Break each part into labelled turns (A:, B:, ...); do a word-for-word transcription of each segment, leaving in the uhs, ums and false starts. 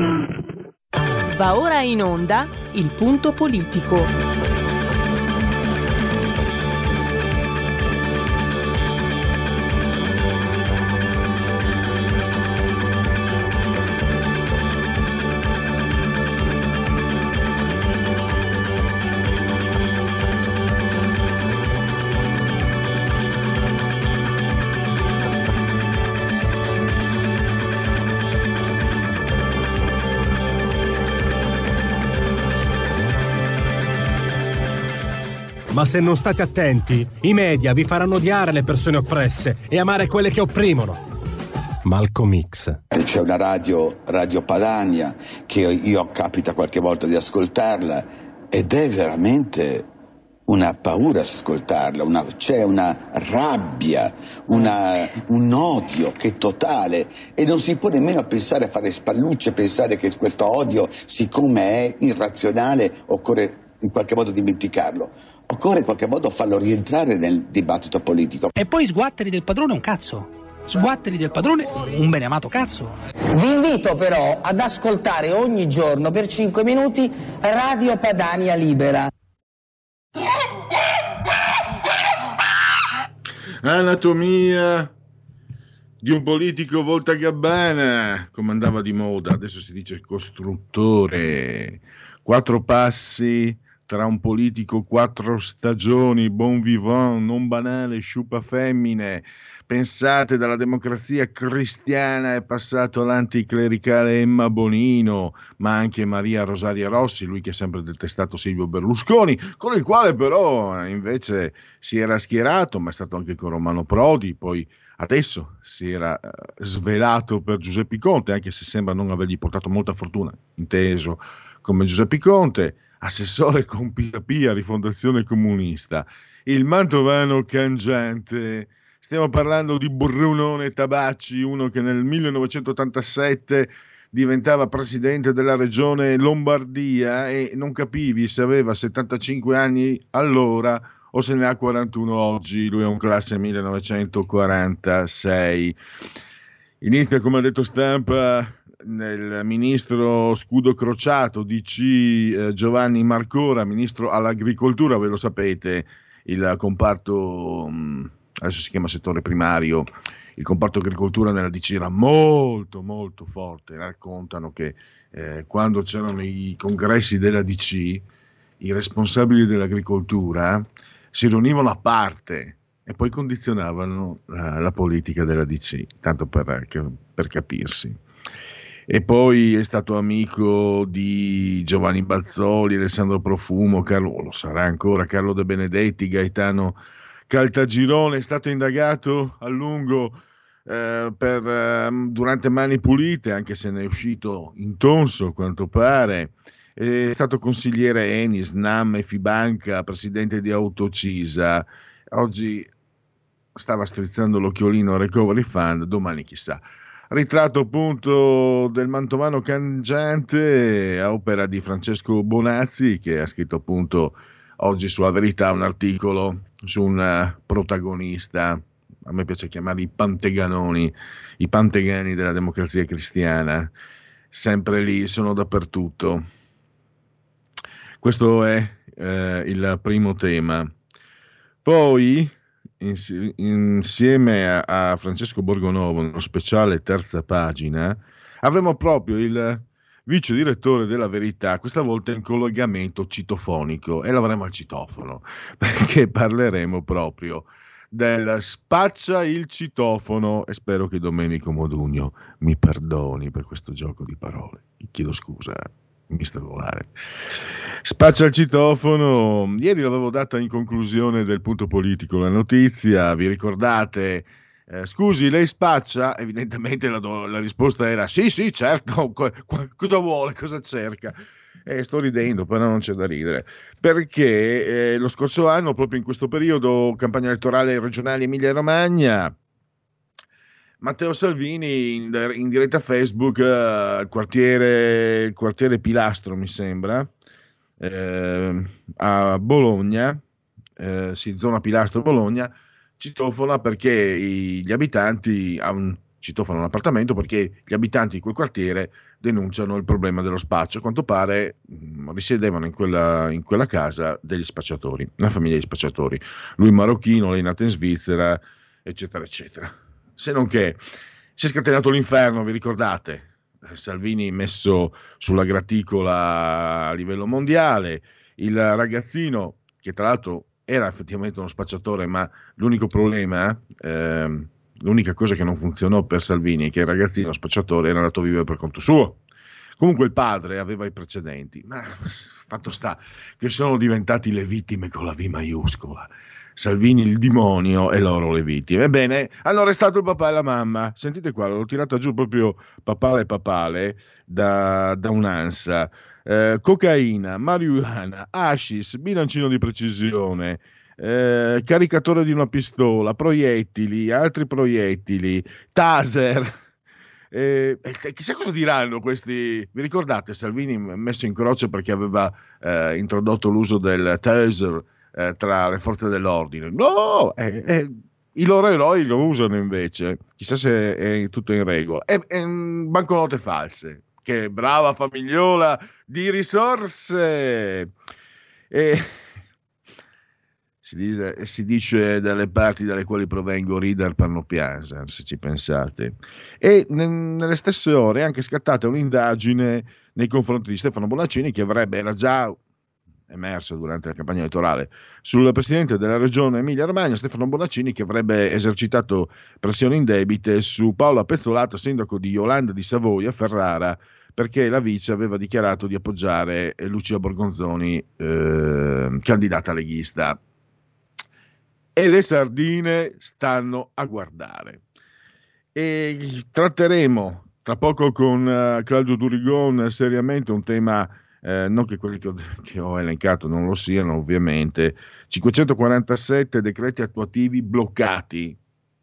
A: Va ora in onda il punto politico.
B: Ma se non state attenti, i media vi faranno odiare le persone oppresse e amare quelle che opprimono. Malcolm X.
C: C'è una radio, Radio Padania, che io capita qualche volta di ascoltarla ed è veramente una paura ascoltarla, una, c'è una rabbia, una, un odio che è totale e non si può nemmeno pensare a fare spallucce, pensare che questo odio, siccome è irrazionale, occorre in qualche modo dimenticarlo. Occorre in qualche modo farlo rientrare nel dibattito politico.
D: E poi sguatteri del padrone un cazzo. Sguatteri del padrone un beneamato cazzo.
E: Vi invito però ad ascoltare ogni giorno per cinque minuti Radio Padania Libera.
F: Anatomia di un politico voltagabbana, come andava di moda, adesso si dice costruttore. Quattro passi tra un politico, quattro stagioni, bon vivant, non banale, sciupa femmine. Pensate, dalla democrazia cristiana è passato l'anticlericale Emma Bonino, ma anche Maria Rosaria Rossi, lui che ha sempre detestato Silvio Berlusconi, con il quale però invece si era schierato, ma è stato anche con Romano Prodi, poi adesso si era uh, svelato per Giuseppe Conte, anche se sembra non avergli portato molta fortuna, inteso come Giuseppe Conte, assessore con Pia Pia, Rifondazione Comunista, il mantovano cangiante. Stiamo parlando di Brunone Tabacci, uno che nel millenovecentottantasette diventava presidente della regione Lombardia e non capivi se aveva settantacinque anni allora o se ne ha quarantuno oggi. Lui è un classe millenovecentoquarantasei. Inizia, come ha detto Stampa, nel ministro scudo crociato D C eh, Giovanni Marcora, ministro all'agricoltura, ve lo sapete, il comparto, mh, adesso si chiama settore primario, il comparto agricoltura nella D C era molto molto forte. Raccontano che eh, quando c'erano i congressi della D C, i responsabili dell'agricoltura si riunivano a parte e poi condizionavano la, la politica della D C, tanto per, per capirsi. E poi è stato amico di Giovanni Bazzoli, Alessandro Profumo, Carlo, lo sarà ancora, Carlo De Benedetti, Gaetano Caltagirone. È stato indagato a lungo eh, per, eh, durante Mani Pulite, anche se ne è uscito intonso, a quanto pare. È stato consigliere Enis, Nam e Fibanca, presidente di Autocisa. Oggi stava strizzando l'occhiolino al Recovery Fund, domani chissà. Ritratto appunto del mantovano cangiante a opera di Francesco Bonazzi, che ha scritto appunto oggi sulla Verità un articolo su un protagonista, a me piace chiamarli i panteganoni, i pantegani della democrazia cristiana, sempre lì, sono dappertutto. Questo è eh, il primo tema. Poi insieme a, a Francesco Borgonovo, nello speciale Terza Pagina, avremo proprio il vice direttore della Verità, questa volta in collegamento citofonico, e l'avremo al citofono, perché parleremo proprio del spaccia il citofono, e spero che Domenico Modugno mi perdoni per questo gioco di parole. Chiedo scusa, mister Volare. Spaccia il citofono. Ieri l'avevo data in conclusione del punto politico la notizia, vi ricordate? Eh, scusi, lei spaccia? Evidentemente la, do, la risposta era sì, sì, certo, co- cosa vuole, cosa cerca? E sto ridendo, però non c'è da ridere, perché eh, lo scorso anno, proprio in questo periodo, campagna elettorale regionale Emilia-Romagna, Matteo Salvini in, in diretta Facebook, uh, il quartiere, il quartiere Pilastro, mi sembra, eh, a Bologna, eh, sì, zona Pilastro Bologna, citofona perché i, gli abitanti a un citofono un appartamento perché gli abitanti di quel quartiere denunciano il problema dello spaccio. A quanto pare mh, risiedevano in quella, in quella casa degli spacciatori, una famiglia di spacciatori, lui marocchino, lei nata in Svizzera, eccetera eccetera. Se non che si è scatenato l'inferno, vi ricordate? Salvini messo sulla graticola a livello mondiale, il ragazzino che tra l'altro era effettivamente uno spacciatore, ma l'unico problema, eh, l'unica cosa che non funzionò per Salvini è che il ragazzino spacciatore era andato a vivere per conto suo. Comunque il padre aveva i precedenti, ma fatto sta che sono diventati le vittime con la V maiuscola. Salvini il demonio e loro le vittime. Ebbene, hanno arrestato il papà e la mamma. Sentite qua, l'ho tirata giù proprio papale papale da, da un'ansa. Eh, cocaina, marijuana, hashish, bilancino di precisione, eh, caricatore di una pistola, proiettili, altri proiettili, taser. Eh, chissà cosa diranno questi. Vi ricordate Salvini messo in croce perché aveva eh, introdotto l'uso del taser eh, tra le forze dell'ordine? No, eh, eh, i loro eroi lo usano invece. Chissà se è tutto in regola. E, e banconote false. Che brava famigliola di risorse. E si dice, si dice dalle parti dalle quali provengo rider per no piangere, se ci pensate. E ne, nelle stesse ore è anche scattata un'indagine nei confronti di Stefano Bonaccini, che avrebbe, era già emerso durante la campagna elettorale, sul presidente della regione Emilia-Romagna, Stefano Bonaccini, che avrebbe esercitato pressioni indebite su Paola Pezzolato, sindaco di Iolanda di Savoia, Ferrara, perché la vice aveva dichiarato di appoggiare Lucia Borgonzoni, eh, candidata leghista. E le sardine stanno a guardare. E tratteremo tra poco con uh, Claudio Durigon seriamente un tema, eh, non che quelli che ho, che ho elencato non lo siano ovviamente, cinquecentoquarantasette decreti attuativi bloccati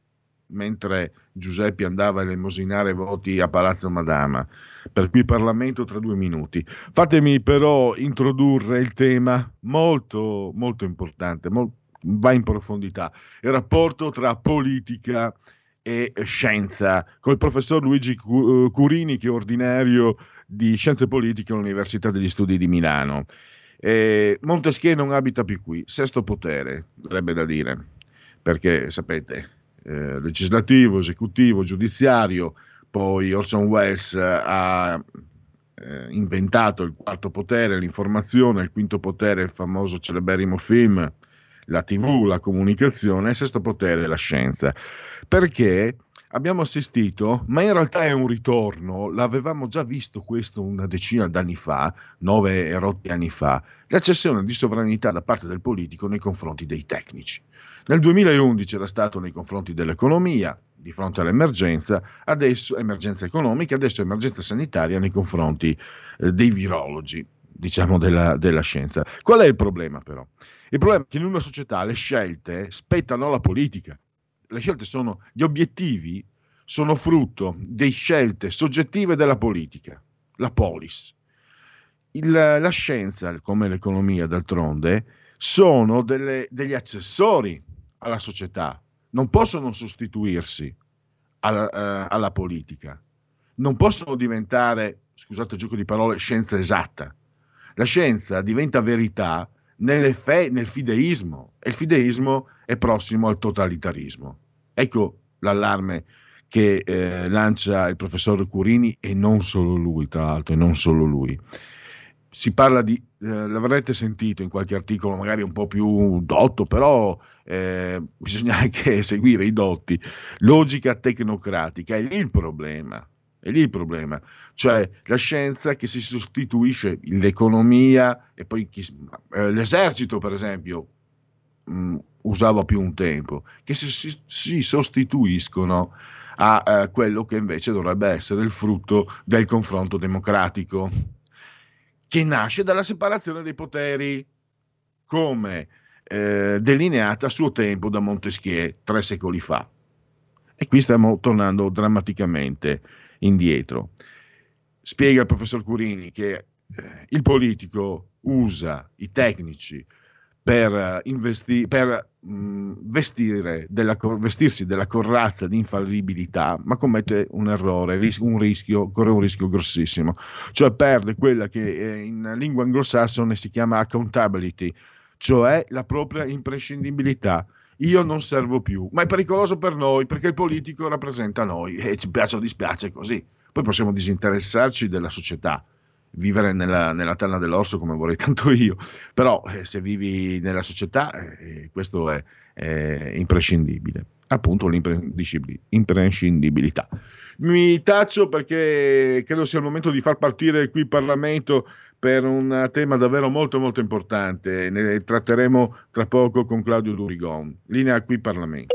F: mentre Giuseppe andava a elemosinare voti a Palazzo Madama, per cui Parlamento tra due minuti. Fatemi però introdurre il tema molto molto importante, molto, va in profondità, il rapporto tra politica e scienza, col professor Luigi Curini, che è ordinario di scienze politiche all'Università degli Studi di Milano. Eh, Montesquieu non abita più qui, sesto potere, sarebbe da dire, perché sapete, eh, legislativo, esecutivo, giudiziario, poi Orson Welles ha eh, inventato il quarto potere, l'informazione, il quinto potere, il famoso celeberrimo film, la tivù, la comunicazione, il sesto potere è la scienza. Perché abbiamo assistito, ma in realtà è un ritorno, l'avevamo già visto questo una decina d'anni fa, nove e rotti anni fa, la cessione di sovranità da parte del politico nei confronti dei tecnici. Nel duemilaundici era stato nei confronti dell'economia, di fronte all'emergenza, adesso emergenza economica, adesso emergenza sanitaria nei confronti eh, dei virologi, diciamo della, della scienza. Qual è il problema però? Il problema è che in una società le scelte spettano alla politica. Le scelte sono, gli obiettivi sono frutto di scelte soggettive della politica, la polis. Il, la scienza, come l'economia d'altronde, sono delle, degli accessori alla società, non possono sostituirsi alla, uh, alla politica, non possono diventare, scusate il gioco di parole, scienza esatta. La scienza diventa verità nelle fe- nel fideismo, e il fideismo è prossimo al totalitarismo. Ecco l'allarme che eh, lancia il professor Curini, e non solo lui, tra l'altro, e non solo lui. Si parla di, eh, l'avrete sentito in qualche articolo magari un po' più dotto, però eh, bisogna anche seguire i dotti, logica tecnocratica, è lì il problema. È lì il problema, cioè la scienza che si sostituisce, l'economia e poi chi, eh, l'esercito per esempio mh, usava più un tempo, che si, si, si sostituiscono a eh, quello che invece dovrebbe essere il frutto del confronto democratico, che nasce dalla separazione dei poteri, come eh, delineata a suo tempo da Montesquieu tre secoli fa. E qui stiamo tornando drammaticamente indietro. Spiega il professor Curini che eh, il politico usa i tecnici per, investi- per mh, vestire della, vestirsi della corazza di infallibilità, ma commette un errore, ris- un rischio, corre un rischio grossissimo, cioè perde quella che eh, in lingua anglosassone si chiama accountability, cioè la propria imprescindibilità. Io non servo più, ma è pericoloso per noi perché il politico rappresenta noi e ci piace o dispiace così. Poi possiamo disinteressarci della società, vivere nella, nella tana dell'orso come vorrei tanto io, però eh, se vivi nella società eh, questo è, è imprescindibile, appunto l'imprescindibilità. Mi taccio perché credo sia il momento di far partire qui il Parlamento per un tema davvero molto molto importante. Ne tratteremo tra poco con Claudio Durigon. Linea Qui Parlamento.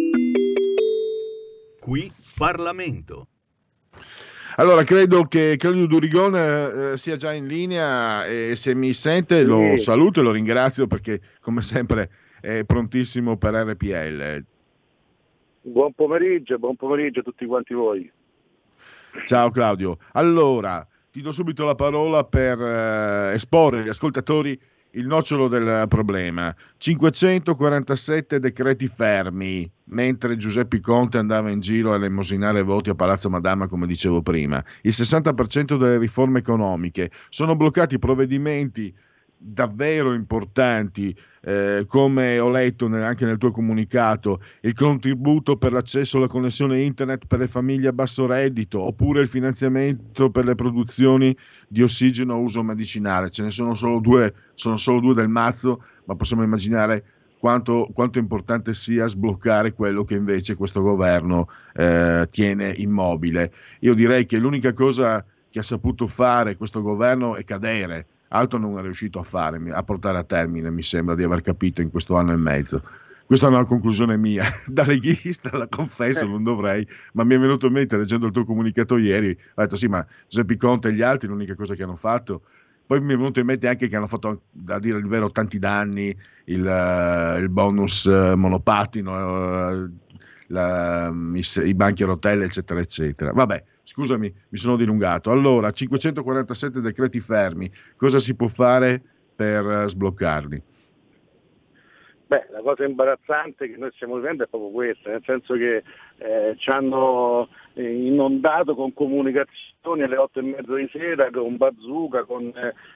G: Qui Parlamento.
F: Allora, credo che Claudio Durigon eh, sia già in linea e se mi sente lo saluto e lo ringrazio perché come sempre è prontissimo per R P L.
H: Buon pomeriggio, buon pomeriggio a tutti quanti voi.
F: Ciao Claudio. Allora, ti do subito la parola per eh, esporre agli ascoltatori il nocciolo del problema. cinquecentoquarantasette decreti fermi, mentre Giuseppe Conte andava in giro a elemosinare voti a Palazzo Madama, come dicevo prima. Il sessanta per cento delle riforme economiche. Sono bloccati provvedimenti davvero importanti, eh, come ho letto anche nel tuo comunicato, il contributo per l'accesso alla connessione internet per le famiglie a basso reddito, oppure il finanziamento per le produzioni di ossigeno a uso medicinale. Ce ne sono solo due, sono solo due del mazzo, ma possiamo immaginare quanto, quanto importante sia sbloccare quello che invece questo governo eh, tiene immobile. Io direi che l'unica cosa che ha saputo fare questo governo è cadere. Altro non è riuscito a fare, a portare a termine, mi sembra di aver capito in questo anno e mezzo. Questa è una conclusione mia, da leghista, la confesso, non dovrei, ma mi è venuto in mente leggendo il tuo comunicato ieri, ho detto sì, ma Giuseppe Conte e gli altri l'unica cosa che hanno fatto, poi mi è venuto in mente anche che hanno fatto, a dire il vero, tanti danni, il, uh, il bonus uh, monopattino, uh, La, i, i banchi a rotelle eccetera eccetera. Vabbè, scusami, mi sono dilungato. Allora, cinquecentoquarantasette decreti fermi, cosa si può fare per uh, sbloccarli?
H: Beh, la cosa imbarazzante che noi stiamo vivendo è proprio questa, nel senso che eh, ci hanno eh, inondato con comunicazioni alle otto e mezza di sera, con bazooka, con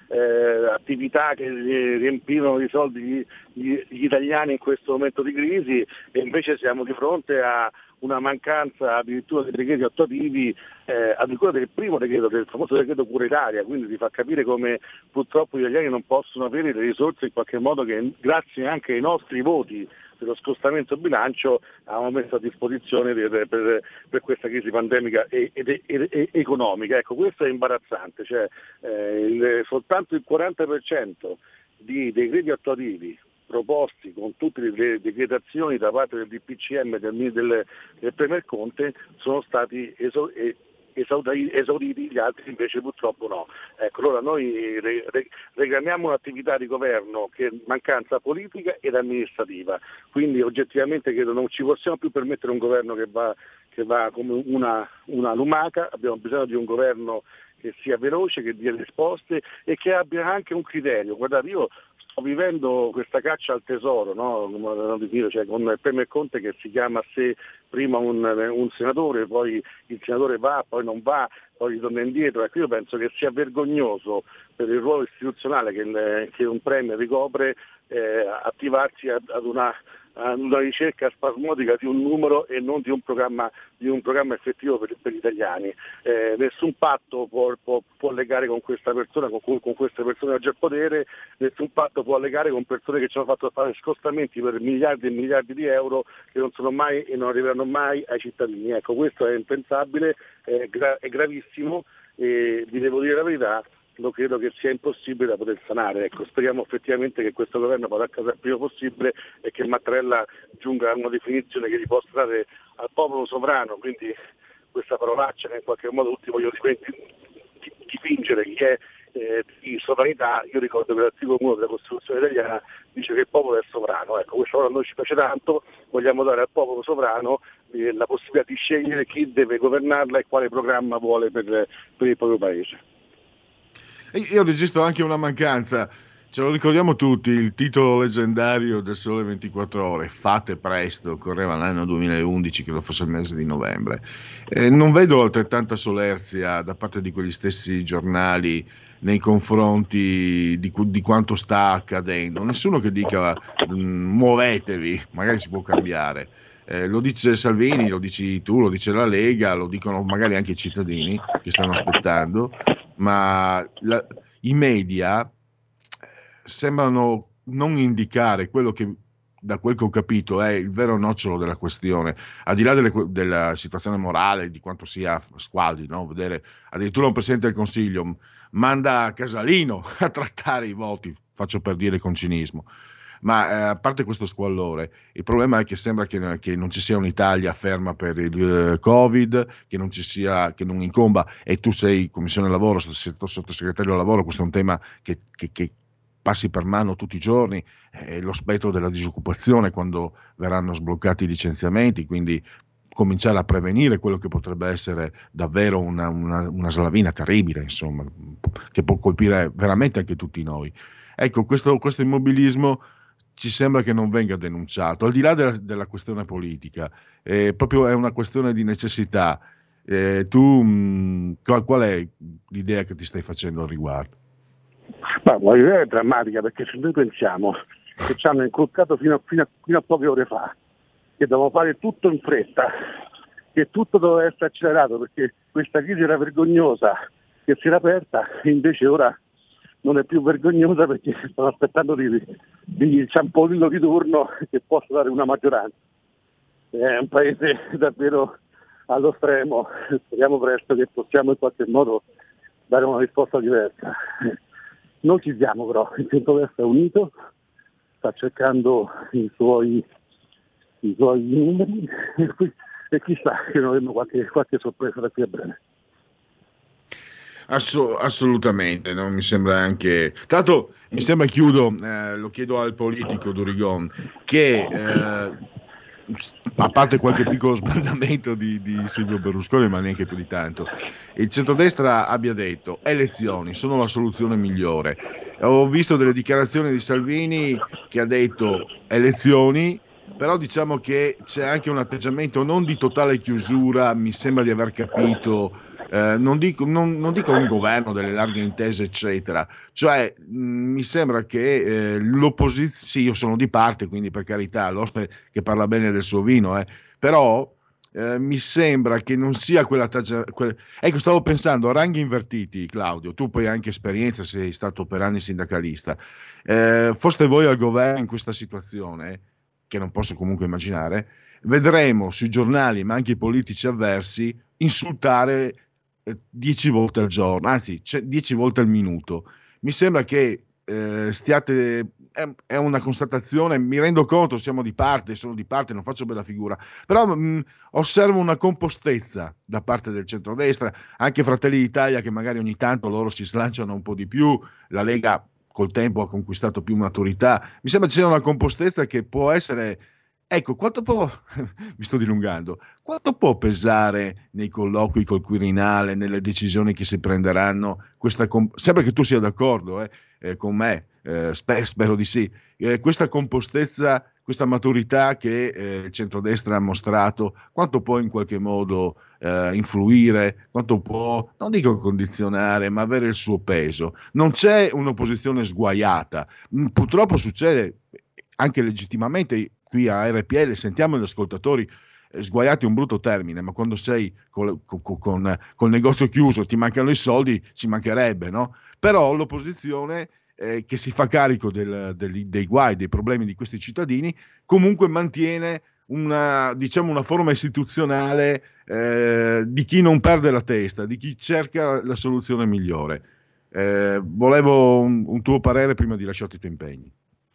H: eh, attività che riempivano di soldi gli, gli, gli italiani in questo momento di crisi, e invece siamo di fronte a una mancanza addirittura dei decreti attuativi, eh, addirittura del primo decreto, del famoso decreto Cura Italia, quindi si fa capire come purtroppo gli italiani non possono avere le risorse in qualche modo che grazie anche ai nostri voti dello scostamento bilancio abbiamo messo a disposizione per, per, per questa crisi pandemica e, e, e, e economica. Ecco, questo è imbarazzante, cioè eh, il, soltanto il quaranta per cento di decreti attuativi proposti con tutte le decretazioni da parte del D P C M del, del, del Premier Conte sono stati esauriti, esauriti, gli altri invece purtroppo no. Ecco, allora noi re, re, reclamiamo un'attività di governo che è mancanza politica ed amministrativa, quindi oggettivamente credo non ci possiamo più permettere un governo che va, che va come una, una lumaca, abbiamo bisogno di un governo che sia veloce, che dia risposte e che abbia anche un criterio. Guardate, io sto vivendo questa caccia al tesoro, no? Cioè, con il Premier Conte che si chiama a sé prima un, un senatore, poi il senatore va, poi non va, poi ritorna indietro. Ecco, io penso che sia vergognoso per il ruolo istituzionale che, il, che un Premier ricopre eh, attivarsi ad, ad una una ricerca spasmodica di un numero e non di un programma, di un programma effettivo per, per gli italiani. Eh, nessun patto può, può, può legare con questa persona, con, con queste persone oggi al potere, nessun patto può legare con persone che ci hanno fatto fare scostamenti per miliardi e miliardi di euro che non sono mai e non arriveranno mai ai cittadini. Ecco, questo è impensabile, è, gra- è gravissimo e vi devo dire la verità, lo credo che sia impossibile da poter sanare. Ecco, speriamo effettivamente che questo governo vada a casa il prima possibile e che Mattarella giunga a una definizione che gli possa dare al popolo sovrano, quindi questa parolaccia che in qualche modo tutti vogliono dipingere chi è eh, di sovranità. Io ricordo che l'articolo uno della Costituzione italiana dice che il popolo è sovrano. Ecco, questo ora a noi ci piace tanto, vogliamo dare al popolo sovrano eh, la possibilità di scegliere chi deve governarla e quale programma vuole per, per il proprio paese.
F: Io registro anche una mancanza, Ce lo ricordiamo tutti, il titolo leggendario del Sole ventiquattro Ore, fate presto, correva l'anno duemilaundici, credo fosse il mese di novembre. Eh, non vedo altrettanta solerzia da parte di quegli stessi giornali nei confronti di, di quanto sta accadendo. Nessuno che dica mh, muovetevi, magari si può cambiare. Eh, lo dice Salvini, lo dici tu, lo dice la Lega, lo dicono magari anche i cittadini che stanno aspettando, ma la, i media sembrano non indicare quello che, da quel che ho capito, è il vero nocciolo della questione, al di là delle, della situazione morale, di quanto sia squalidi, no? Vedere addirittura un Presidente del Consiglio manda Casalino a trattare i voti, faccio per dire con cinismo, ma eh, a parte questo squallore, il problema è che sembra che, che non ci sia un'Italia ferma per il uh, Covid, che non ci sia, che non incomba, e tu sei Commissione Lavoro, sottosegretario al lavoro, questo è un tema che, che, che passi per mano tutti i giorni, eh, lo spettro della disoccupazione quando verranno sbloccati i licenziamenti, quindi cominciare a prevenire quello che potrebbe essere davvero una, una, una slavina terribile, insomma, che può colpire veramente anche tutti noi. Ecco, questo, questo immobilismo ci sembra che non venga denunciato, al di là della, della questione politica, eh, proprio è una questione di necessità. Eh, tu mh, qual, qual è l'idea che ti stai facendo al riguardo?
H: Ma l'idea è drammatica, perché se noi pensiamo che ci hanno inculcato fino a, fino, a, fino a poche ore fa che dovevamo fare tutto in fretta, che tutto doveva essere accelerato perché questa crisi era vergognosa, che si era aperta, e invece ora non è più vergognosa perché stanno aspettando di, di Ciampolillo di turno che possa dare una maggioranza. È un paese davvero allo stremo, speriamo presto che possiamo in qualche modo dare una risposta diversa. Non ci siamo però, il centrodestra è unito, sta cercando i suoi, i suoi numeri e chissà che non avremo qualche, qualche sorpresa da qui a breve.
F: Ass- assolutamente, no? Mi sembra anche. Tanto mi sembra, chiudo, eh, lo chiedo al politico Durigon, che eh, a parte qualche piccolo sbandamento di, di Silvio Berlusconi, ma neanche più di tanto, il centrodestra abbia detto elezioni sono la soluzione migliore. Ho visto delle dichiarazioni di Salvini che ha detto elezioni, però diciamo che c'è anche un atteggiamento non di totale chiusura, mi sembra di aver capito. Eh, non, dico, non, non dico un governo delle larghe intese eccetera, cioè mh, mi sembra che eh, l'opposizione, sì, io sono di parte, quindi per carità, l'oste che parla bene del suo vino, eh, però eh, mi sembra che non sia quella taggia, quella... Ecco, stavo pensando a ranghi invertiti, Claudio, tu poi hai anche esperienza, sei stato per anni sindacalista, eh, foste voi al governo in questa situazione, che non posso comunque immaginare, vedremo sui giornali, ma anche i politici avversi, insultare dieci volte al giorno, anzi dieci volte al minuto. Mi sembra che eh, stiate, è, è una constatazione, mi rendo conto, siamo di parte, sono di parte, non faccio bella figura, però mh, osservo una compostezza da parte del centrodestra, anche Fratelli d'Italia che magari ogni tanto loro si slanciano un po' di più, la Lega col tempo ha conquistato più maturità, mi sembra ci sia una compostezza che può essere. Ecco, quanto può, mi sto dilungando, quanto può pesare nei colloqui col Quirinale, nelle decisioni che si prenderanno, questa comp- sembra che tu sia d'accordo eh, eh, con me, eh, sper- spero di sì, eh, questa compostezza, questa maturità che eh, il centrodestra ha mostrato, quanto può in qualche modo eh, influire, quanto può, non dico condizionare, ma avere il suo peso. Non c'è un'opposizione sguaiata, purtroppo succede anche legittimamente. Qui a R P L sentiamo gli ascoltatori eh, sguaiati, un brutto termine, ma quando sei col, con, con, col negozio chiuso, ti mancano i soldi, ci mancherebbe, no? Però l'opposizione eh, che si fa carico del, del, dei guai, dei problemi di questi cittadini, comunque mantiene una, diciamo, una forma istituzionale eh, di chi non perde la testa, di chi cerca la soluzione migliore. Eh, volevo un, un tuo parere prima di lasciarti i tuoi impegni.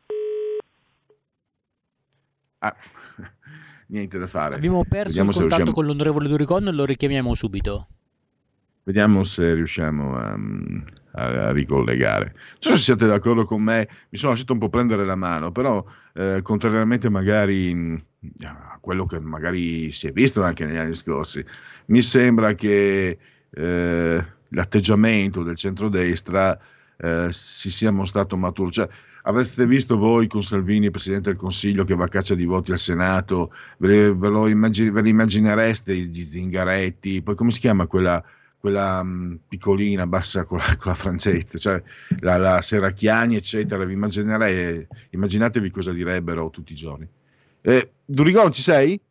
F: Ah, niente da fare.
I: Abbiamo perso
F: Vediamo
I: il contatto
F: riusciamo...
I: con l'onorevole Durigon e lo richiamiamo subito.
F: Vediamo se riusciamo a, a, a ricollegare. Non so se siete d'accordo con me, mi sono lasciato un po' prendere la mano, però eh, contrariamente magari a quello che magari si è visto anche negli anni scorsi, mi sembra che eh, l'atteggiamento del centrodestra eh, si sia mostrato maturo. Cioè, avreste visto voi con Salvini, Presidente del Consiglio, che va a caccia di voti al Senato, ve, ve lo immagine, ve lo immaginereste gli Zingaretti, poi come si chiama quella, quella mh, piccolina, bassa con la, con la frangetta, cioè la, la Serracchiani, eccetera, vi immaginerei, immaginatevi cosa direbbero tutti i giorni. Eh, Durigon, ci sei?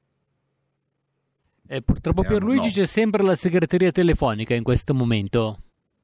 I: Eh, purtroppo per Luigi no. C'è sempre la segreteria telefonica in questo momento.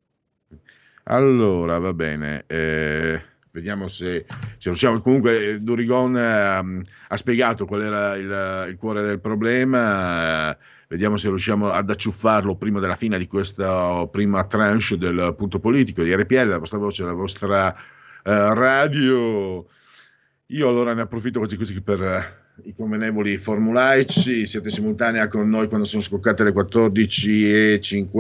F: Allora, va bene, eh, vediamo se, se riusciamo. Comunque Durigon eh, ha spiegato qual era il, il cuore del problema, eh, vediamo se riusciamo ad acciuffarlo prima della fine di questa prima tranche del punto politico di R P L, la vostra voce, la vostra eh, radio. Io allora ne approfitto così così per eh, i convenevoli formulaici. Siete simultanea con noi quando sono scoccate le quattordici e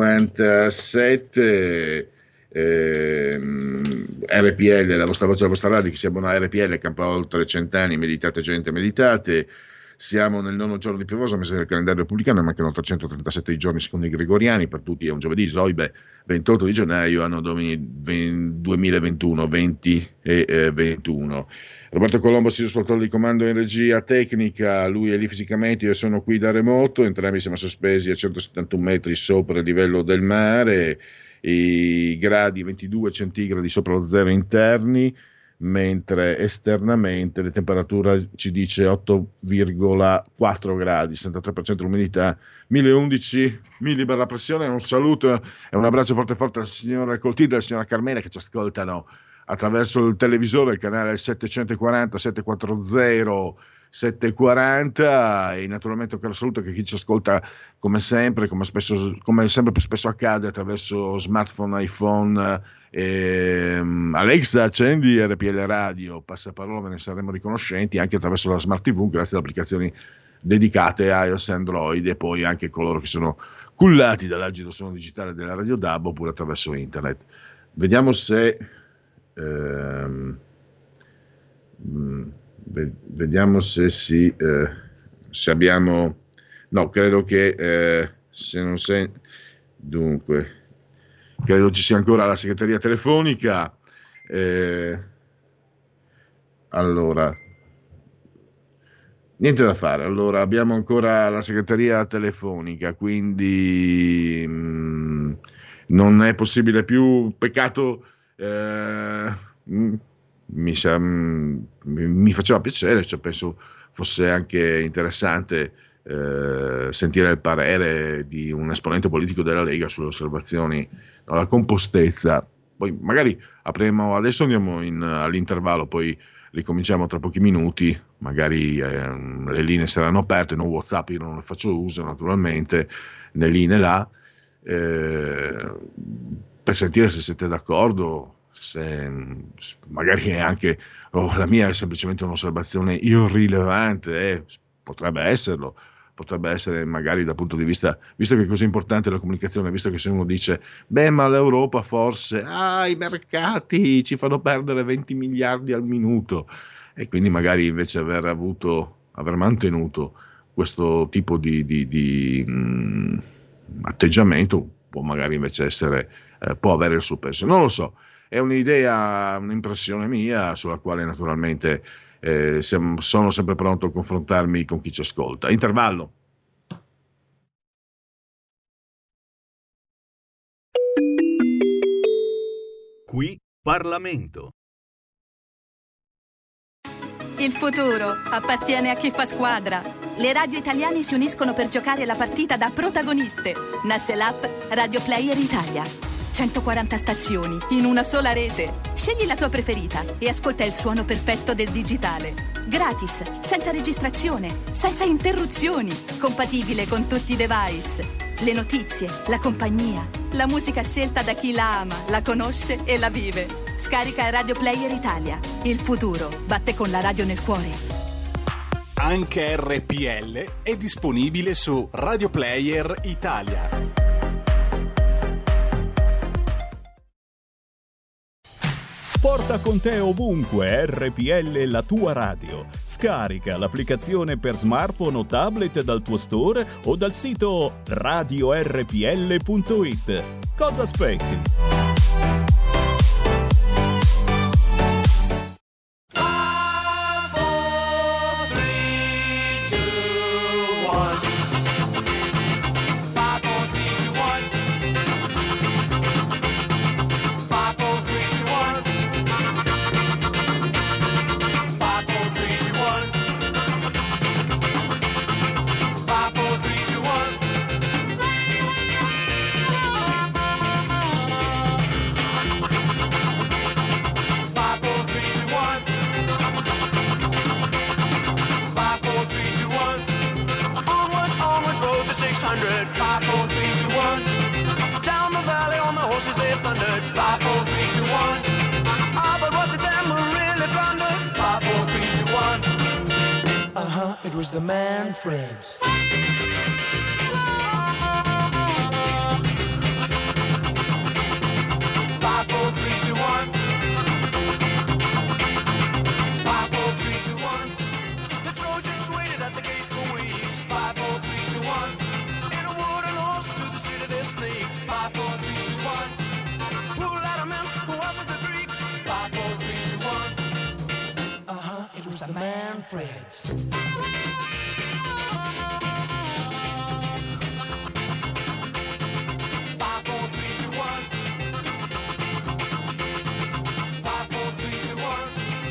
F: cinquantasette. Eh, R P L, la vostra voce, la vostra radio, che si abbona a R P L, campa oltre cent'anni, meditate gente, meditate. Siamo nel nono giorno di piovoso, mese del calendario repubblicano, mancano trecentotrentasette giorni secondo i gregoriani, per tutti è un giovedì, Zoibe, ventotto di gennaio, anno domini duemilaventuno, venti e ventuno. Roberto Colombo si è sul di comando in regia tecnica, lui è lì fisicamente, io sono qui da remoto, entrambi siamo sospesi a centosettantuno metri sopra il livello del mare, i gradi ventidue centigradi sopra lo zero interni, mentre esternamente la temperatura ci dice otto virgola quattro gradi, sessantatré per cento l'umidità, mille undici millibar la pressione. Un saluto e un abbraccio forte forte al signor Coltida e alla signora Carmela che ci ascoltano attraverso il televisore, il canale settecentoquaranta, settecentoquaranta, settecentoquaranta, e naturalmente un caro saluto a chi ci ascolta come sempre, come spesso, come sempre spesso accade, attraverso smartphone, iPhone. ehm, Alexa, accendi R P L Radio, passaparola, ve ne saremo riconoscenti, anche attraverso la Smart tivù, grazie ad applicazioni dedicate a iOS e Android, e poi anche coloro che sono cullati dall'agido suono digitale della Radio D A B oppure attraverso internet. Vediamo se ehm, mh, vediamo se si eh, se abbiamo no credo che eh, se non sei dunque credo ci sia ancora la segreteria telefonica. eh, allora niente da fare, allora abbiamo ancora la segreteria telefonica, quindi mh, non è possibile più, peccato. eh, mh, Mi, sa, mi faceva piacere, cioè penso fosse anche interessante eh, sentire il parere di un esponente politico della Lega sulle osservazioni, no, la compostezza. Poi magari apriamo, adesso andiamo in, all'intervallo, poi ricominciamo tra pochi minuti, magari eh, le linee saranno aperte, no WhatsApp, io non ne faccio uso naturalmente, né lì né là, eh, per sentire se siete d'accordo. Se magari è anche oh, la mia è semplicemente un'osservazione irrilevante, eh, potrebbe esserlo, potrebbe essere magari dal punto di vista, visto che è così importante la comunicazione, visto che se uno dice beh ma l'Europa forse, ah i mercati ci fanno perdere venti miliardi al minuto, e quindi magari invece aver avuto, aver mantenuto questo tipo di, di, di mh, atteggiamento può magari invece essere, eh, può avere il suo peso, non lo so. È un'idea, un'impressione mia sulla quale naturalmente eh, siamo, sono sempre pronto a confrontarmi con chi ci ascolta. Intervallo.
G: Qui Parlamento.
J: Il futuro appartiene a chi fa squadra. Le radio italiane si uniscono per giocare la partita da protagoniste. Nasce l'app Radio Player Italia. centoquaranta stazioni in una sola rete. Scegli la tua preferita e ascolta il suono perfetto del digitale. Gratis, senza registrazione, senza interruzioni, compatibile con tutti i device. Le notizie, la compagnia, la musica scelta da chi la ama, la conosce e la vive. Scarica Radio Player Italia. Il futuro batte con la radio nel cuore.
K: Anche R P L è disponibile su Radio Player Italia.
L: Porta con te ovunque R P L, la tua radio. Scarica l'applicazione per smartphone o tablet dal tuo store o dal sito radio r p l punto it. Cosa aspetti?
M: Five, four, three, two, one. Ah, but was it them who really blundered? Five, four, three, two, one. Uh-huh, it was the Manfreds. Five, four, three, two, one. Five, four, three, two, one. The Trojans waited at the gate for weeks. Five, four, three, two, one. In a wooden horse to the city they sneak. Five, four, three, two, one. Who let them in? Who wasn't the Greeks? Five, four, three, two, one. Uh-huh, it was the Manfreds. Five, four, three, two, one. Five, four, three, two, one.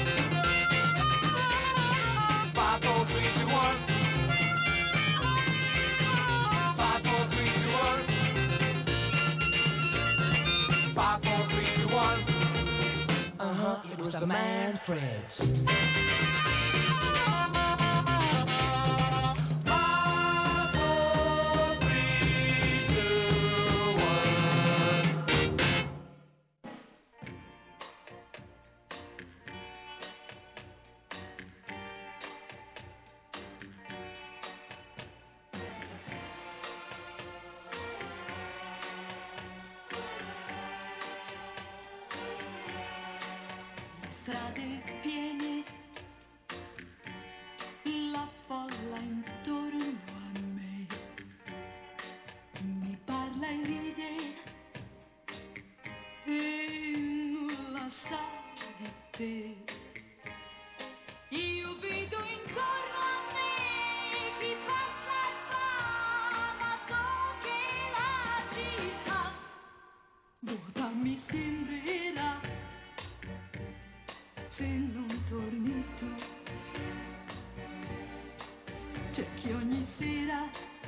M: Five, four, three, two, one. Five, four, three, two, one. Five, four, three, two, one. Uh-huh, it was the Manfreds.
N: Strade piene, la folla intorno a me mi parla e ride e nulla sa di te. Io vedo intorno a me chi passa e va, ma so che la città vuota mi sembrerà se non torni tu. C'è chi ogni sera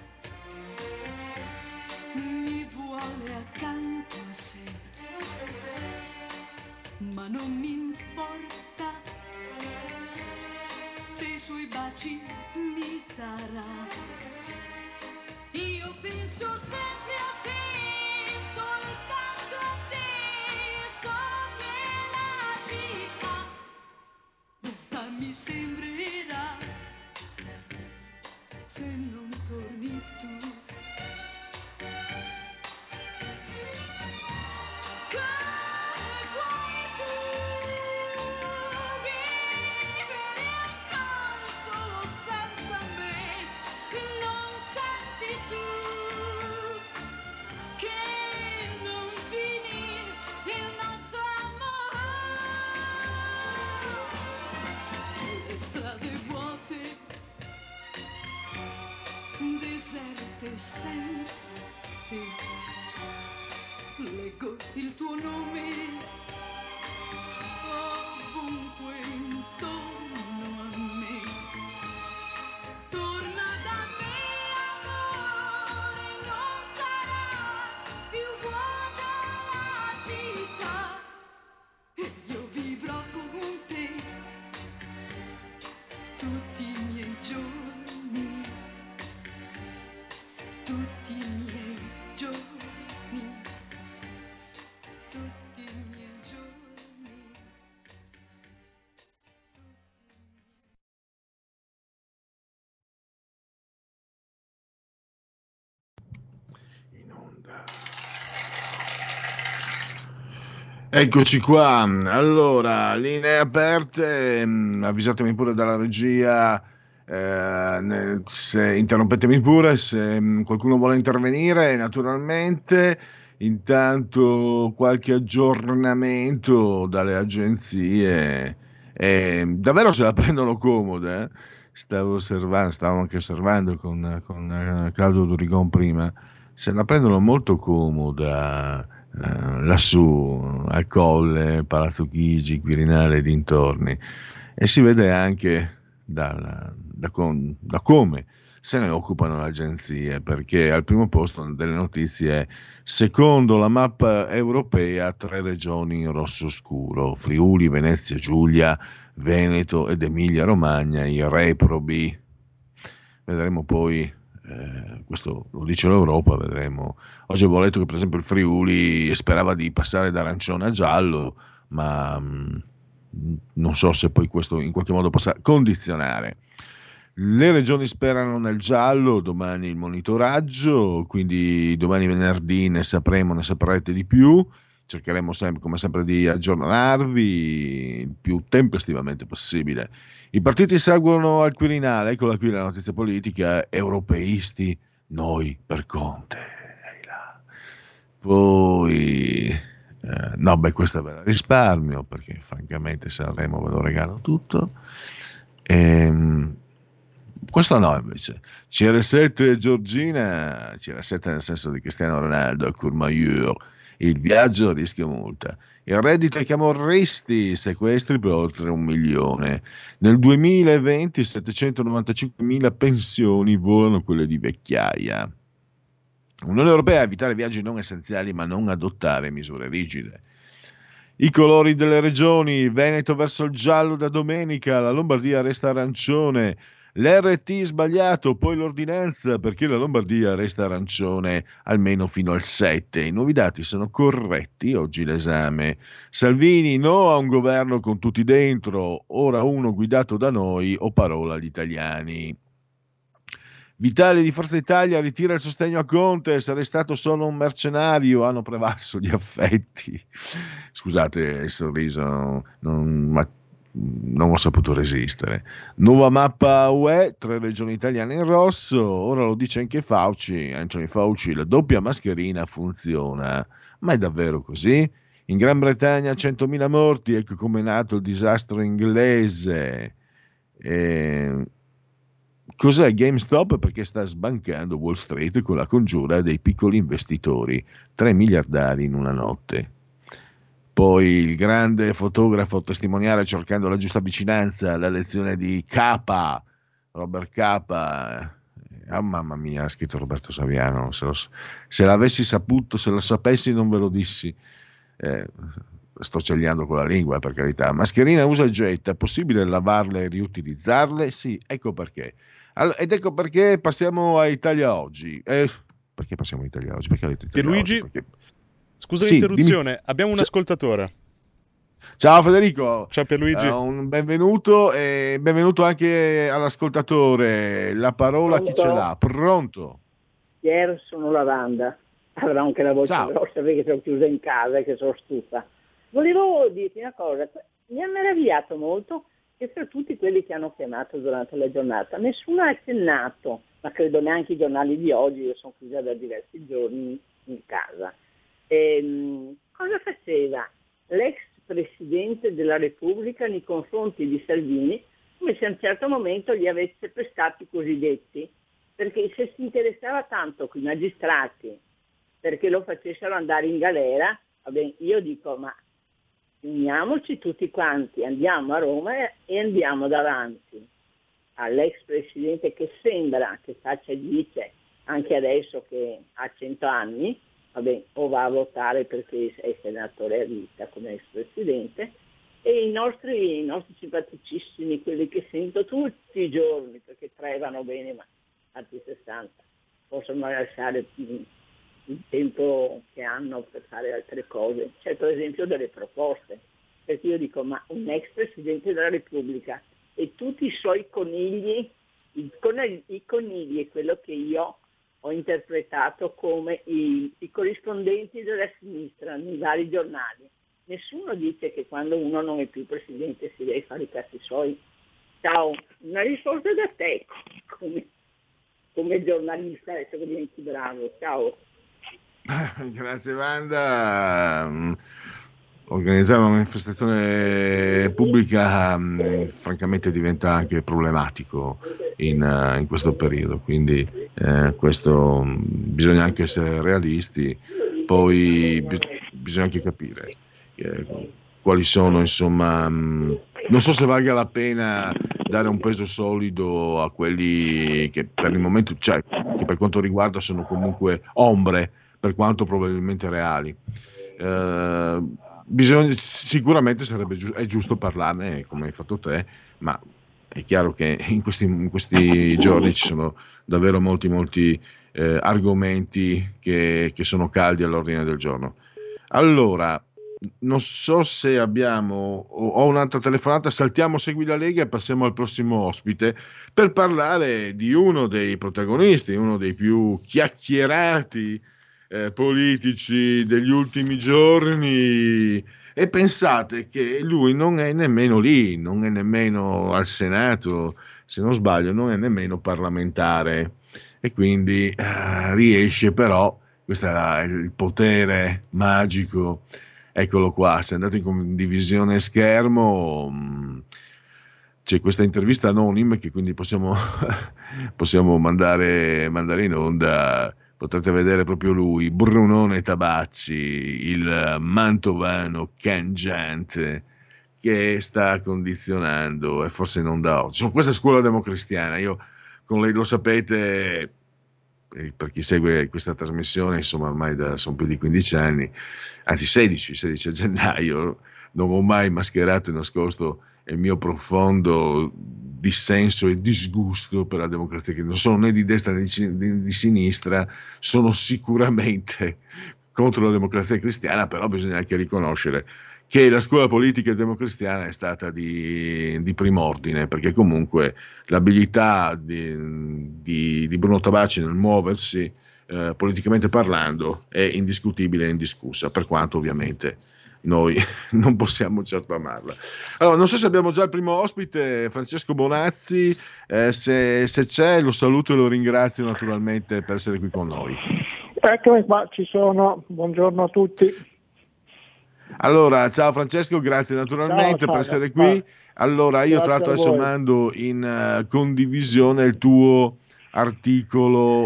N: mi vuole accanto a sé, ma non mi importa se i suoi baci mi darà. Io penso sempre a te, soltanto a te, so che la città vuota mi sembrerà se non torni tu. Come puoi tu vivere accanto solo senza me? Non senti tu che non finì il nostro amore? Le strade vuote, deserte senza te. Leggo il tuo nome ovunque intorno a me. Torna da me, amore, non sarà più vuota la città e io vivrò con te tutti i miei giorni, tutti i miei giorni. Tutti i miei giorni.
F: In onda. Eccoci qua. Allora, linee aperte. Avvisatemi pure dalla regia. Eh, se interrompetemi pure se qualcuno vuole intervenire, naturalmente. Intanto qualche aggiornamento dalle agenzie, eh, davvero se la prendono comoda. Eh? Stavo osservando, stavo anche osservando con, con Claudio Durigon prima, se la prendono molto comoda eh, lassù al Colle, Palazzo Chigi, Quirinale e dintorni, e si vede anche da, da, con, da come se ne occupano le agenzie, perché al primo posto delle notizie, secondo la mappa europea, tre regioni in rosso scuro: Friuli, Venezia Giulia, Veneto ed Emilia Romagna, i reprobi. Vedremo poi Eh, questo lo dice l'Europa, vedremo. Oggi avevo letto che per esempio il Friuli sperava di passare da arancione a giallo, ma mh, non so se poi questo in qualche modo possa condizionare. Le regioni sperano nel giallo, domani il monitoraggio, quindi domani venerdì ne sapremo, ne saprete di più. Cercheremo sempre, come sempre, di aggiornarvi il più tempestivamente possibile. I partiti seguono al Quirinale, eccola qui la notizia politica, europeisti, noi per Conte. Poi, eh, no, beh, questa ve la risparmio, perché francamente Sanremo ve lo regalo tutto. Ehm, questo no, invece. C R sette Giorgina, C R sette nel senso di Cristiano Ronaldo, Courmayeur, il viaggio a rischio multa. Il reddito ai camorristi, sequestri per oltre un milione. Nel duemilaventi settecentonovantacinquemila pensioni volano quelle di vecchiaia. Unione Europea a evitare viaggi non essenziali ma non adottare misure rigide. I colori delle regioni: Veneto verso il giallo da domenica, la Lombardia resta arancione. L'R T sbagliato, poi l'ordinanza, perché la Lombardia resta arancione almeno fino al sette. I nuovi dati sono corretti, oggi l'esame. Salvini, no a un governo con tutti dentro, ora uno guidato da noi o parola agli italiani. Vitali di Forza Italia ritira il sostegno a Conte, sarei stato solo un mercenario, hanno prevalso gli affetti. Scusate il sorriso, non, ma non ho saputo resistere. Nuova mappa U E, tre regioni italiane in rosso, ora lo dice anche Fauci, Anthony Fauci, la doppia mascherina funziona. Ma è davvero così? In Gran Bretagna centomila morti, ecco come è nato il disastro inglese. E... cos'è GameStop? Perché sta sbancando Wall Street con la congiura dei piccoli investitori, tre miliardari in una notte. Poi il grande fotografo testimoniale cercando la giusta vicinanza, la lezione di K, Robert K. Oh, mamma mia, ha scritto Roberto Saviano, se, lo, se l'avessi saputo, se lo sapessi non ve lo dissi. Eh, sto cegliando con la lingua, per carità. Mascherina usa e getta, è possibile lavarle e riutilizzarle? Sì, ecco perché. Allora, ed ecco perché passiamo a Italia Oggi. Eh, perché passiamo a Italia Oggi? Perché avete Italia
O: Pierluigi?
F: Oggi? Perché...
O: Scusa
F: Sì,
O: l'interruzione,
F: dimmi...
O: abbiamo un
F: Ciao.
O: ascoltatore.
F: Ciao Federico.
O: Ciao Pierluigi.
F: Uh, un benvenuto e benvenuto anche all'ascoltatore. La parola
P: Pronto?
F: chi ce l'ha? Pronto?
P: Ieri sono lavanda, avrò anche la voce
F: Ciao.
P: grossa perché sono chiusa in casa e che sono stufa. Volevo dirti una cosa, mi ha meravigliato molto che per tutti quelli che hanno chiamato durante la giornata nessuno ha accennato, ma credo neanche i giornali di oggi, io sono chiusa da diversi giorni in casa. Ehm, cosa faceva l'ex Presidente della Repubblica nei confronti di Salvini, come se a un certo momento gli avesse prestato i cosiddetti, perché se si interessava tanto con i magistrati perché lo facessero andare in galera, vabbè, io dico ma uniamoci tutti quanti, andiamo a Roma e andiamo davanti all'ex Presidente che sembra che faccia e dice anche adesso che ha cento anni, vabbè, o va a votare perché è senatore a vita come ex presidente, e i nostri, i nostri simpaticissimi, quelli che sento tutti i giorni, perché tre vanno bene, ma altri sessanta possono lasciare il tempo che hanno per fare altre cose. C'è per esempio delle proposte, perché io dico, ma un ex Presidente della Repubblica e tutti i suoi conigli, i conigli, i conigli è quello che io ho interpretato come i, i corrispondenti della sinistra nei vari giornali. Nessuno dice che quando uno non è più presidente si deve fare i cazzi suoi. Ciao, una risposta da te come, come giornalista, adesso che diventi bravo. Ciao.
F: Grazie Wanda. Organizzare una manifestazione pubblica mh, francamente diventa anche problematico in, uh, in questo periodo, quindi eh, questo mh, bisogna anche essere realisti, poi bis- bisogna anche capire eh, quali sono, insomma, mh, non so se valga la pena dare un peso solido a quelli che per il momento, cioè, che per quanto riguarda sono comunque ombre, per quanto probabilmente reali. Eh, bisogna, sicuramente sarebbe giusto, è giusto parlarne come hai fatto te, ma è chiaro che in questi, in questi giorni ci sono davvero molti molti eh, argomenti che, che sono caldi all'ordine del giorno. Allora, non so se abbiamo ho un'altra telefonata, saltiamo Segui la Lega e passiamo al prossimo ospite per parlare di uno dei protagonisti, uno dei più chiacchierati eh, politici degli ultimi giorni, e pensate che lui non è nemmeno lì, non è nemmeno al Senato, se non sbaglio non è nemmeno parlamentare, e quindi eh, riesce però, questo è il potere magico. Eccolo qua, se andate in condivisione schermo mh, c'è questa intervista anonima che quindi possiamo, possiamo mandare, mandare in onda. Potrete vedere proprio lui, Brunone Tabacci, il mantovano cangiante che sta condizionando, e forse non da oggi. Sono questa scuola democristiana. Io con lei, lo sapete, per chi segue questa trasmissione, insomma ormai da, sono più di quindici anni, anzi sedici, sedici gennaio, non ho mai mascherato e nascosto il mio profondo dissenso e disgusto per la democrazia, che non sono né di destra né di, di, di sinistra, sono sicuramente contro la democrazia cristiana, però bisogna anche riconoscere che la scuola politica democristiana è stata di, di prim'ordine, perché comunque l'abilità di, di, di Bruno Tabacci nel muoversi eh, politicamente parlando è indiscutibile e indiscussa, per quanto ovviamente noi non possiamo certo amarla. Allora, non so se abbiamo già il primo ospite, Francesco Bonazzi, eh, se, se c'è lo saluto e lo ringrazio naturalmente per essere qui con noi.
O: Eccomi qua, ci sono, buongiorno a tutti.
F: Allora, ciao Francesco, grazie naturalmente
O: ciao,
F: per essere
O: ciao.
F: qui. Allora, io
O: Grazie
F: tra l'altro
O: a
F: adesso
O: voi.
F: mando in uh, condivisione il tuo articolo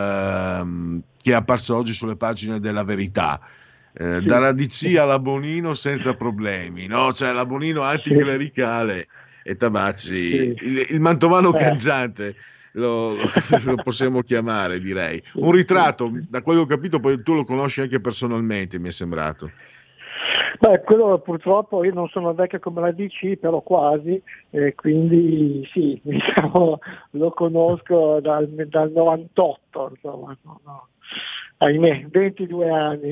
F: ehm, che è apparso oggi sulle pagine della Verità. Eh,
O: Sì.
F: Dalla D C alla Bonino senza problemi, no? Cioè la Bonino anticlericale e Tabacci,
O: Sì.
F: il, il mantovano
O: Eh.
F: cangiante. Lo, lo possiamo chiamare, direi. Un ritratto, da quello che ho capito, poi tu lo conosci anche personalmente, mi è sembrato.
O: Beh, quello purtroppo io non sono vecchio come la D C, però quasi, e quindi sì, diciamo, lo conosco dal, dal novantotto, insomma, no, no. Ahimè, ventidue anni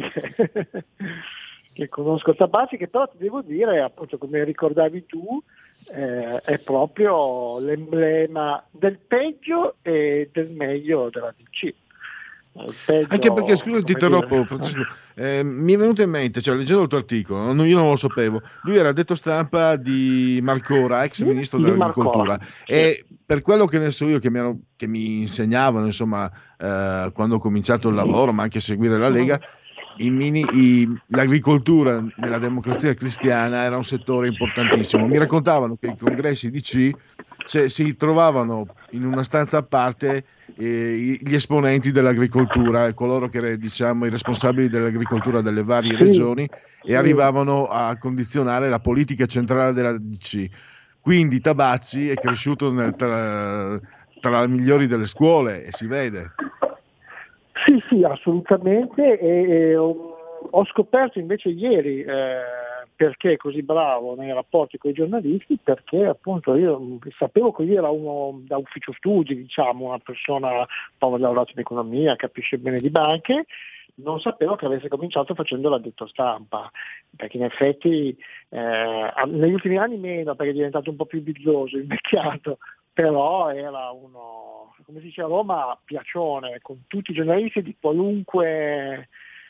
O: che conosco Tabacci, che però ti devo dire, appunto come ricordavi tu, eh, è proprio l'emblema del peggio e del meglio della D C. Peggio,
F: Anche perché, scusa, ti
O: come
F: interrompo,
O: dire-
F: Francesco, eh, mi è venuto in mente, cioè leggendo il tuo articolo, non- io non lo sapevo, lui era detto stampa di Marcora, ex ministro
O: di
F: dell'agricoltura,
O: Marcora,
F: e per quello che ne so io, che mi, hanno- che mi insegnavano, insomma, eh, quando ho cominciato il lavoro, ma anche a seguire la Lega, i mini, i- l'agricoltura nella democrazia cristiana era un settore importantissimo. Mi raccontavano che i congressi D C se- si trovavano in una stanza a parte eh, gli esponenti dell'agricoltura, coloro che erano, diciamo, i responsabili dell'agricoltura delle varie
O: Sì,
F: regioni, e
O: sì.
F: arrivavano a condizionare la politica centrale della D C. Quindi Tabacci è cresciuto nel- tra, tra le migliori delle scuole, e si vede.
O: Sì, sì, assolutamente. E, e ho, ho scoperto invece ieri eh, perché è così bravo nei rapporti con i giornalisti, perché appunto io sapevo che lui era uno da ufficio studi, diciamo, una persona che ha lavorato in economia, capisce bene di banche. Non sapevo che avesse cominciato facendo l'addetto stampa, perché in effetti eh, negli ultimi anni meno, perché è diventato un po' più bizzoso, invecchiato, però era uno, come si dice a Roma, piacione, con tutti i giornalisti di qualunque,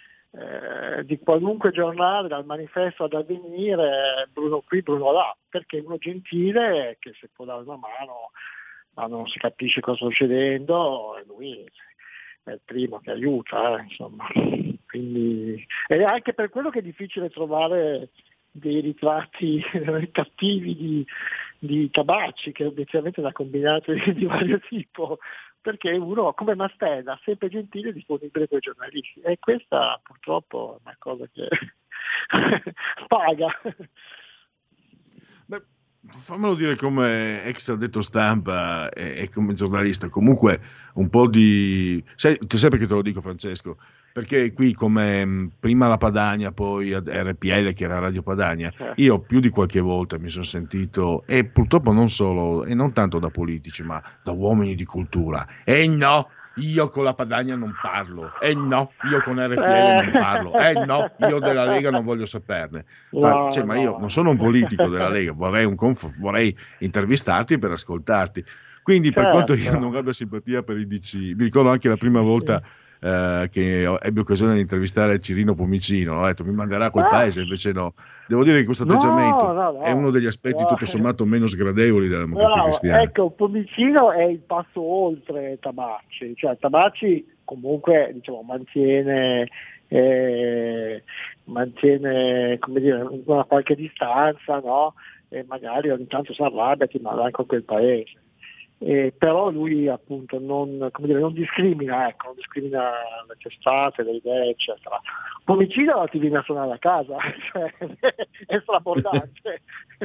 O: eh, di qualunque giornale, dal Manifesto ad Avvenire, Bruno qui, Bruno là, perché è uno gentile che se può dare una mano, ma non si capisce cosa sta succedendo, e lui è il primo che aiuta, eh, insomma. Quindi, ed è anche per quello che è difficile trovare dei ritratti cattivi di, di Tabacci, che obiettivamente da combinato di, di vario tipo, perché uno come Mastella, sempre gentile e disponibile con i giornalisti, e questa purtroppo è una cosa che paga.
F: Beh, fammelo dire come ex addetto stampa e, e come giornalista, comunque un po' di... Sai, tu sai perché te lo dico, Francesco? Perché qui come mh, prima la Padania, poi ad R P L che era Radio Padania, io più di qualche volta mi sono sentito, e purtroppo non solo, e non tanto da politici, ma da uomini di cultura, e no, io con la Padania non parlo, e no, io con R P L non parlo, e no, io della Lega non voglio saperne. Ma,
O: No,
F: cioè, ma
O: no.
F: io non sono un politico della Lega, vorrei, un conf- vorrei intervistarti per ascoltarti. Quindi per quanto io
O: Certo.
F: non abbia simpatia per i D C, mi ricordo anche la prima volta eh, che ho- ebbi occasione di intervistare Cirino Pomicino, ho detto mi manderà a quel
O: Ah.
F: paese, invece no. Devo dire che questo
O: No,
F: atteggiamento
O: no, no.
F: è uno degli aspetti
O: No.
F: tutto sommato meno sgradevoli della democrazia
O: No,
F: cristiana.
O: ecco, Pomicino è il passo oltre Tabacci, cioè Tabacci comunque diciamo mantiene eh, mantiene come dire una qualche distanza, no? E magari ogni tanto si arrabbia, ti manda anche a quel paese. Eh, però lui appunto non, come dire, non discrimina, ecco, non discrimina le testate, le idee, eccetera. Pomicino ti viene a suonare a casa, cioè, è strabordante.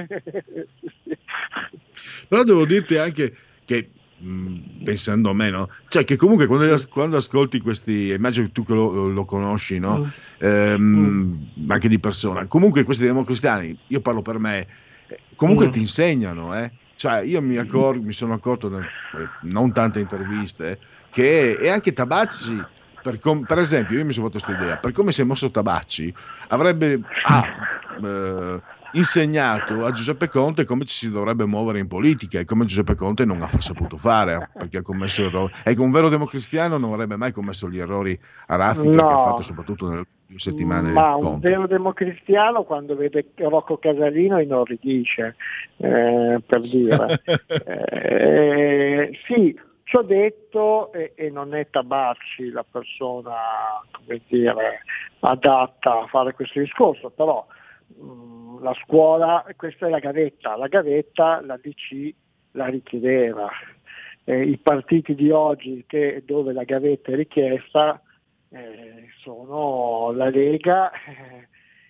F: Però devo dirti anche che mh, pensando a me, no? Cioè che comunque quando, quando ascolti questi, immagino che tu che lo, lo conosci, no? Ehm, anche di persona, comunque questi democristiani, io parlo per me, eh, comunque
O: Mm.
F: ti insegnano, eh? Cioè io mi, accor- mi sono accorto, nel- eh, non tante interviste, che e anche Tabacci, per, com- per esempio, io mi sono fatto questa idea, per come si è mosso Tabacci, avrebbe ah, eh, insegnato a Giuseppe Conte come ci si dovrebbe muovere in politica e come Giuseppe Conte non ha fa- saputo fare, perché ha commesso errori. Ecco, un vero democristiano non avrebbe mai commesso gli errori a raffica che ha
O: No.
F: fatto soprattutto nelle ultime due settimane
O: Ma un
F: Conte.
O: vero democristiano quando vede Rocco Casalino inorridisce, eh, per dire. Eh, sì, ci ho detto, e, e non è Tabacci la persona, come dire, adatta a fare questo discorso, però mh, la scuola, questa è la gavetta, la gavetta la D C la richiedeva. Eh, I partiti di oggi che, dove la gavetta è richiesta eh, sono la Lega eh,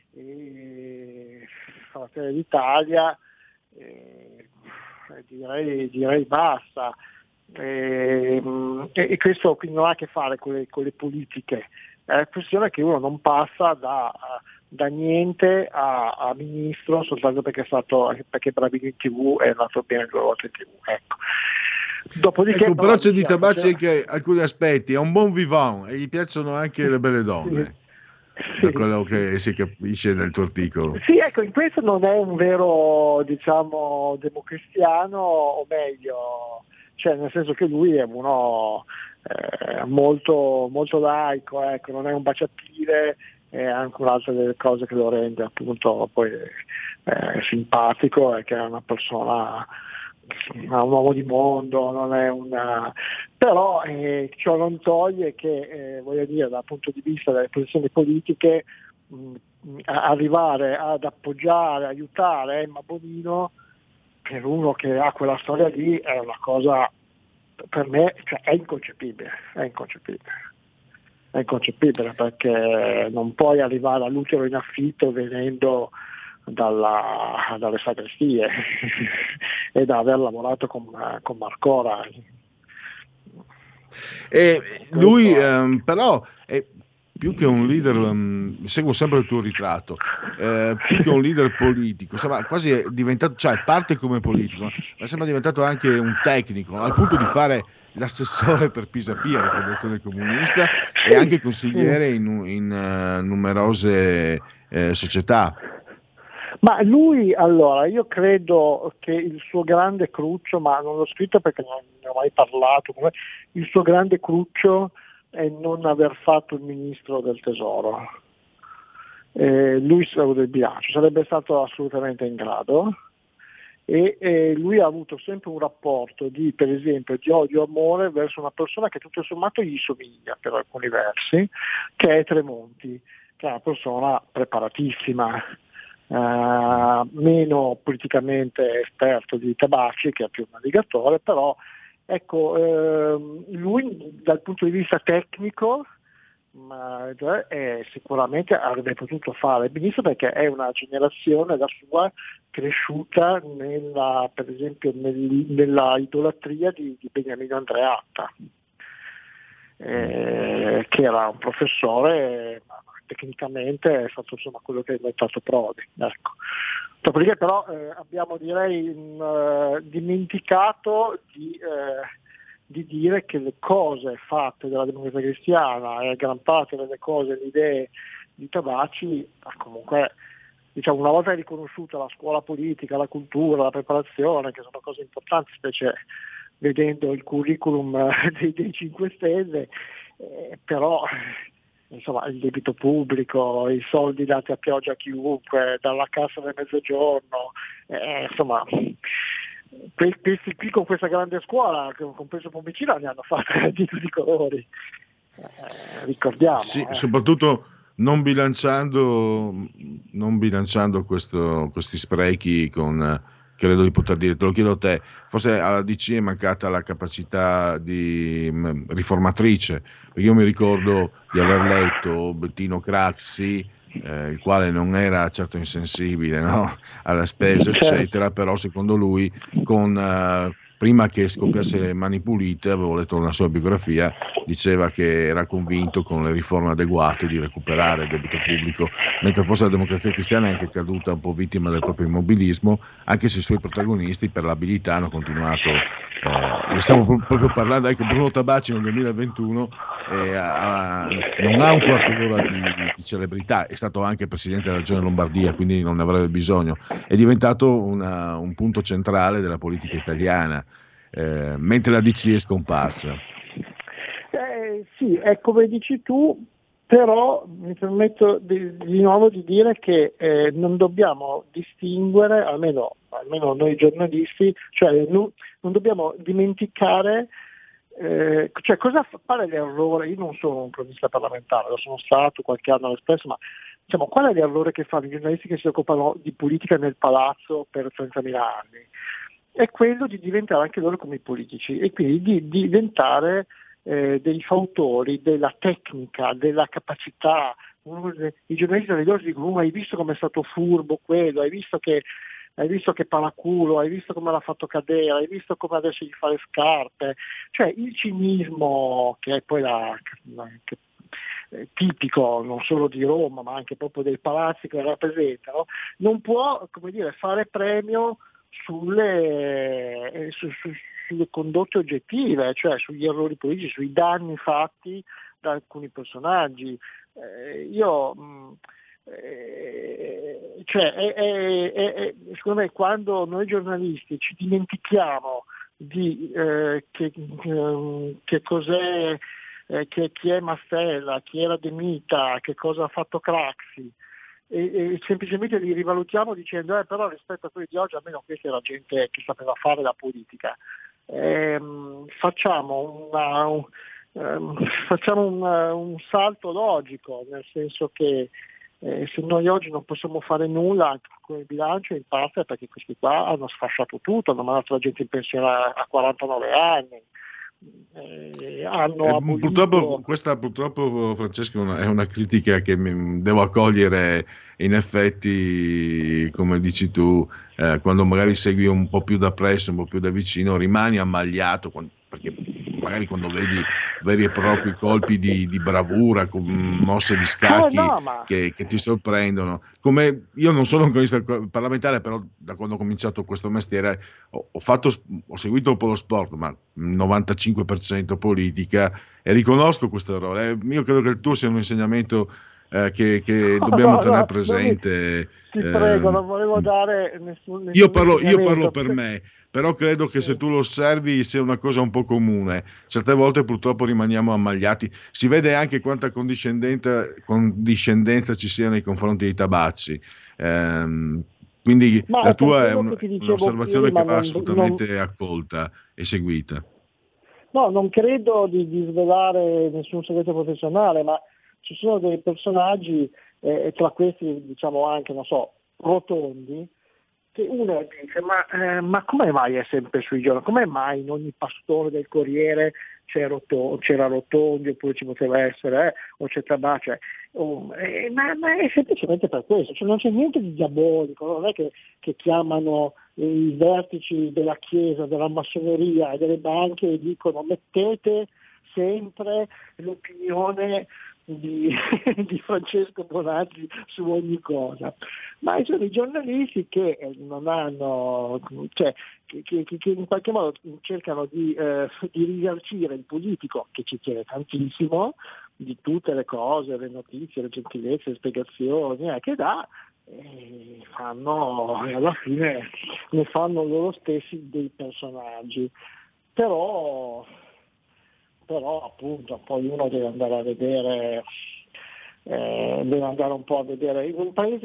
O: e Fratelli d'Italia, eh, direi, direi basta. E, e questo quindi non ha a che fare con le, con le politiche, è la questione che uno non passa da, da niente a, a ministro soltanto perché è stato perché è bravino in tv e è andato bene due volte in tv, ecco. Dopodiché
F: Ecco, però c'è di
O: diciamo,
F: Tabacci
O: c'è-
F: anche alcuni aspetti, è un buon vivant e gli piacciono anche le belle donne, da quello che si capisce nel tuo articolo.
O: Sì, ecco, in questo non è un vero, diciamo, democristiano, o meglio, cioè nel senso che lui è uno eh, molto, molto laico, ecco, non è un baciapile, è anche un'altra delle cose che lo rende appunto poi eh, simpatico, è che è una persona, un uomo di mondo, non è una... però eh, ciò non toglie che, eh, voglio dire, dal punto di vista delle posizioni politiche, mh, a- arrivare ad appoggiare, aiutare Emma Bonino per uno che ha quella storia lì è una cosa, per me, cioè, è inconcepibile, è inconcepibile. È inconcepibile perché non puoi arrivare all'utero in affitto venendo dalla, dalle sagrestie e da aver lavorato con, con Marcora.
F: E lui ehm, però è più che un leader, ehm, seguo sempre il tuo ritratto, eh, più che un leader politico, insomma, quasi è diventato, cioè parte come politico, ma sembra diventato anche un tecnico, al punto di fare l'assessore per Pisapia, la fondazione comunista, e anche consigliere in, in eh, numerose eh, società.
O: Ma lui, allora, io credo che il suo grande cruccio, ma non l'ho scritto perché non ne ho mai parlato, come- il suo grande cruccio è non aver fatto il ministro del tesoro. Eh, lui del bilancio sarebbe stato assolutamente in grado e eh, lui ha avuto sempre un rapporto di, per esempio, di odio e amore verso una persona che tutto sommato gli somiglia per alcuni versi, che è Tremonti, che è una persona preparatissima, eh, meno politicamente esperto di Tabacci, che è più un navigatore, però ecco, ehm, lui dal punto di vista tecnico ma eh, sicuramente avrebbe potuto fare il ministro, perché è una generazione, la sua, cresciuta nella, per esempio nel, nella idolatria di, di Beniamino Andreatta, eh, che era un professore, ma tecnicamente è stato insomma quello che ha inventato Prodi. Ecco. Dopodiché però eh, abbiamo direi mh, uh, dimenticato di eh, di dire che le cose fatte dalla Democrazia Cristiana e gran parte delle cose, le idee di Tabacci, comunque diciamo una volta riconosciuta la scuola politica, la cultura, la preparazione, che sono cose importanti, specie vedendo il curriculum dei, dei cinque Stelle, eh, però insomma il debito pubblico, i soldi dati a pioggia a chiunque, dalla cassa del mezzogiorno, eh, insomma questi qui con questa grande scuola, compreso Pomicino, ne hanno fatto di tutti i colori, eh, ricordiamo.
F: Sì,
O: eh.
F: soprattutto non bilanciando, non bilanciando questo, questi sprechi con, credo di poter dire, te lo chiedo a te, forse alla D C è mancata la capacità di mh, riformatrice, perché io mi ricordo di aver letto Bettino Craxi, Eh, il quale non era certo insensibile, no? Alla spesa eccetera, però secondo lui con, eh, prima che scoppiasse Mani Pulite, avevo letto una sua biografia, diceva che era convinto con le riforme adeguate di recuperare il debito pubblico, mentre forse la Democrazia Cristiana è anche caduta un po' vittima del proprio immobilismo, anche se i suoi protagonisti per l'abilità hanno continuato. Eh, ne stiamo proprio parlando, ecco, Bruno Tabacci nel duemilaventuno eh, ha, non ha un quarto d'ora di, di celebrità, è stato anche presidente della regione Lombardia, quindi non ne avrebbe bisogno, è diventato una, un punto centrale della politica italiana, eh, mentre la D C è scomparsa.
O: Eh, sì, è come dici tu, però mi permetto di, di nuovo di dire che eh, non dobbiamo distinguere, almeno, almeno noi giornalisti, cioè non, non dobbiamo dimenticare eh, cioè cosa fa, qual è l'errore. Io non sono un cronista parlamentare, lo sono stato qualche anno all'Espresso, ma diciamo, qual è l'errore che fanno i giornalisti che si occupano di politica nel palazzo per trentamila anni? È quello di diventare anche loro come i politici, e quindi di, di diventare Eh, dei fautori della tecnica, della capacità. I giornalisti alle loro dicono: hai visto come è stato furbo quello, hai visto che hai visto che paraculo, hai visto come l'ha fatto cadere, hai visto come adesso gli fa le scarpe. Cioè il cinismo, che è poi la, la che, eh, tipico non solo di Roma ma anche proprio dei palazzi che la rappresentano, non può, come dire, fare premio sulle, eh, su, su, sulle condotte oggettive, cioè sugli errori politici, sui danni fatti da alcuni personaggi. Eh, io mh, eh, cioè, è, è, è, è, secondo me, quando noi giornalisti ci dimentichiamo di eh, che, eh, che cos'è, eh, che, chi è Mastella, chi era De Mita, che cosa ha fatto Craxi, e, e semplicemente li rivalutiamo dicendo eh, però rispetto a quelli di oggi almeno questa era gente che sapeva fare la politica. Ehm, facciamo una, un, um, facciamo un, un salto logico, nel senso che eh, se noi oggi non possiamo fare nulla con il bilancio, in parte perché questi qua hanno sfasciato tutto, hanno mandato la gente in pensione a, a quarantanove anni. Eh, hanno
F: eh,
O: abolito...
F: purtroppo questa purtroppo Francesco è una, è una critica che mi, devo accogliere. In effetti, come dici tu, eh, quando magari segui un po' più da presso, un po' più da vicino, rimani ammagliato, quando, perché magari quando vedi veri e propri colpi di, di bravura, con mosse di scacchi
O: eh no, ma...
F: che, che ti sorprendono. Come io non sono un cronista parlamentare, però da quando ho cominciato questo mestiere ho, ho, fatto, ho seguito un po' lo sport, ma novantacinque per cento politica, e riconosco questo errore. Io credo che il tuo sia un insegnamento eh, che, che dobbiamo
O: no,
F: tenere
O: no,
F: presente.
O: Ti prego,
F: eh,
O: non volevo dare nessun, nessun
F: io parlo, io
O: insegnamento.
F: parlo per me, però credo che se tu lo osservi sia una cosa un po' comune. Certe volte purtroppo rimaniamo ammagliati. Si vede anche quanta condiscendenza, condiscendenza ci sia nei confronti dei Tabacci. Ehm, quindi
O: Ma
F: la tua è
O: quello
F: un,
O: che ti dicevo
F: un'osservazione
O: prima,
F: che va
O: non-
F: assolutamente
O: non-
F: accolta e seguita.
O: No, non credo di, di svelare nessun segreto professionale, ma ci sono dei personaggi, eh, tra questi diciamo anche, non so, Rotondi, che uno dice ma, eh, ma come mai è sempre sui giornali? Come mai in ogni pastore del Corriere c'è Rotondi, c'era Rotondi oppure ci poteva essere eh, o c'è Tabacci? Cioè, oh, eh, ma, ma è semplicemente per questo, cioè, non c'è niente di diabolico, non è che, che chiamano i vertici della Chiesa, della massoneria e delle banche e dicono mettete sempre l'opinione di, di Francesco Bonazzi su ogni cosa, ma sono i giornalisti che non hanno, cioè che, che, che in qualche modo cercano di, eh, di risarcire il politico, che ci tiene tantissimo, di tutte le cose, le notizie, le gentilezze, le spiegazioni eh, che dà, e fanno, e alla fine ne fanno loro stessi dei personaggi. Però però appunto poi uno deve andare a vedere, eh, deve andare un po' a vedere in un paese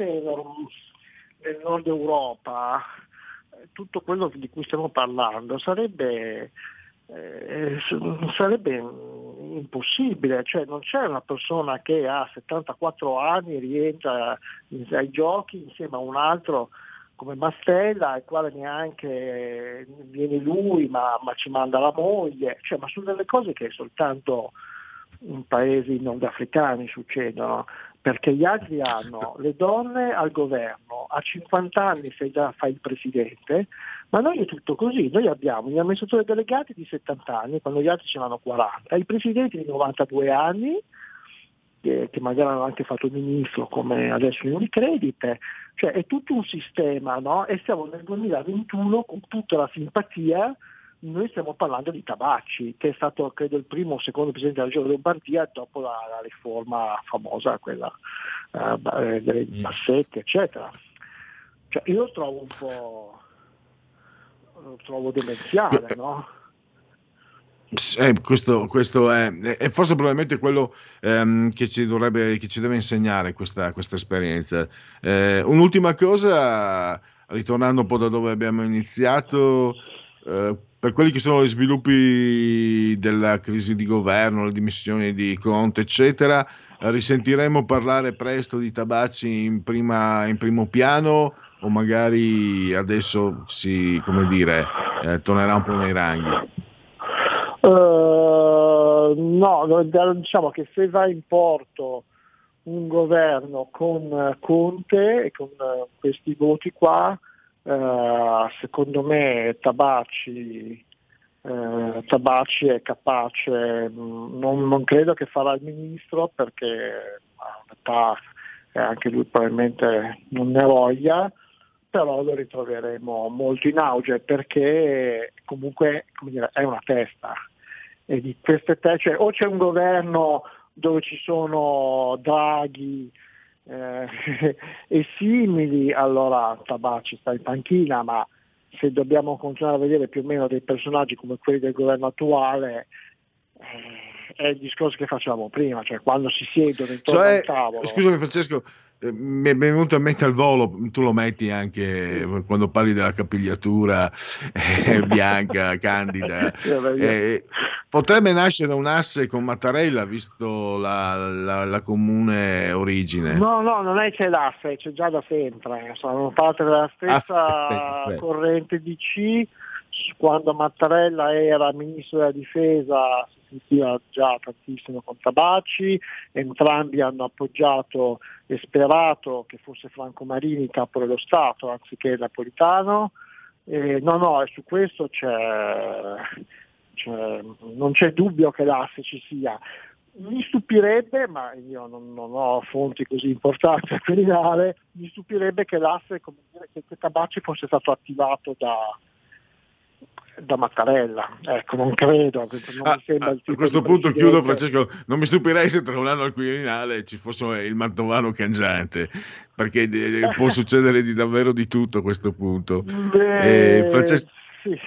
O: del nord Europa tutto quello di cui stiamo parlando sarebbe, eh, sarebbe impossibile, cioè non c'è una persona che a settantaquattro anni rientra ai giochi insieme a un altro come Mastella, al quale neanche viene lui, ma, ma ci manda la moglie, cioè, ma sono delle cose che soltanto in paesi nordafricani succedono, perché gli altri hanno le donne al governo, a cinquanta anni sei già fai il presidente, ma noi è tutto così, noi abbiamo gli amministratori delegati di settanta anni, quando gli altri ce l'hanno quaranta, i presidenti di novantadue anni, che, che magari hanno anche fatto ministro come adesso in Unicredit, cioè è tutto un sistema, no? E siamo nel duemilaventuno con tutta la simpatia, noi stiamo parlando di Tabacci, che è stato credo il primo o secondo presidente della Regione Lombardia dopo la, la riforma famosa, quella eh, delle bassette, eccetera. Cioè io lo trovo un po', lo trovo demenziale, no?
F: Eh, questo, questo è, è forse probabilmente quello ehm, che ci dovrebbe, che ci deve insegnare questa, questa esperienza. Eh, un'ultima cosa, ritornando un po' da dove abbiamo iniziato, eh, per quelli che sono gli sviluppi della crisi di governo, le dimissioni di Conte, eccetera, risentiremo parlare presto di Tabacci in, prima, in primo piano o magari adesso si, come dire, eh, tornerà un po' nei ranghi?
O: Uh, no, diciamo che se va in porto un governo con Conte e con questi voti qua, uh, secondo me Tabacci, uh, Tabacci è capace, non, non credo che farà il ministro perché ha un'età e anche lui probabilmente non ne voglia, però lo ritroveremo molto in auge perché comunque, come dire, è una testa. E di queste te, cioè, o c'è un governo dove ci sono Draghi eh, e simili, allora Tabacci sta in panchina, ma se dobbiamo continuare a vedere più o meno dei personaggi come quelli del governo attuale, eh, è il discorso che facevamo prima, cioè quando si siedono intorno
F: cioè,
O: a un tavolo.
F: Scusami Francesco, eh, mi è venuto a mente al volo, tu lo metti anche quando parli della capigliatura eh, bianca, candida, eh, potrebbe nascere un asse con Mattarella visto la, la, la comune origine.
O: No, no, non è c'è l'asse, c'è già da sempre, sono parte della stessa
F: ah,
O: corrente D C. Quando Mattarella era ministro della difesa si sentiva già tantissimo con Tabacci, entrambi hanno appoggiato e sperato che fosse Franco Marini capo dello Stato anziché Napolitano. Eh, no, no, su questo c'è, c'è, non c'è dubbio che l'asse ci sia. Mi stupirebbe, ma io non, non ho fonti così importanti a Quirinale, mi stupirebbe che l'asse, come dire, che Tabacci fosse stato attivato da da Mattarella, ecco, non credo, non
F: ah,
O: mi sembra il tipo
F: a questo
O: di
F: punto
O: presidente.
F: chiudo Francesco, non mi stupirei se tra un anno al Quirinale ci fosse il Mantovano cangiante, perché eh, può succedere di davvero di tutto a questo punto.
O: Beh,
F: eh, Francesco,
O: sì.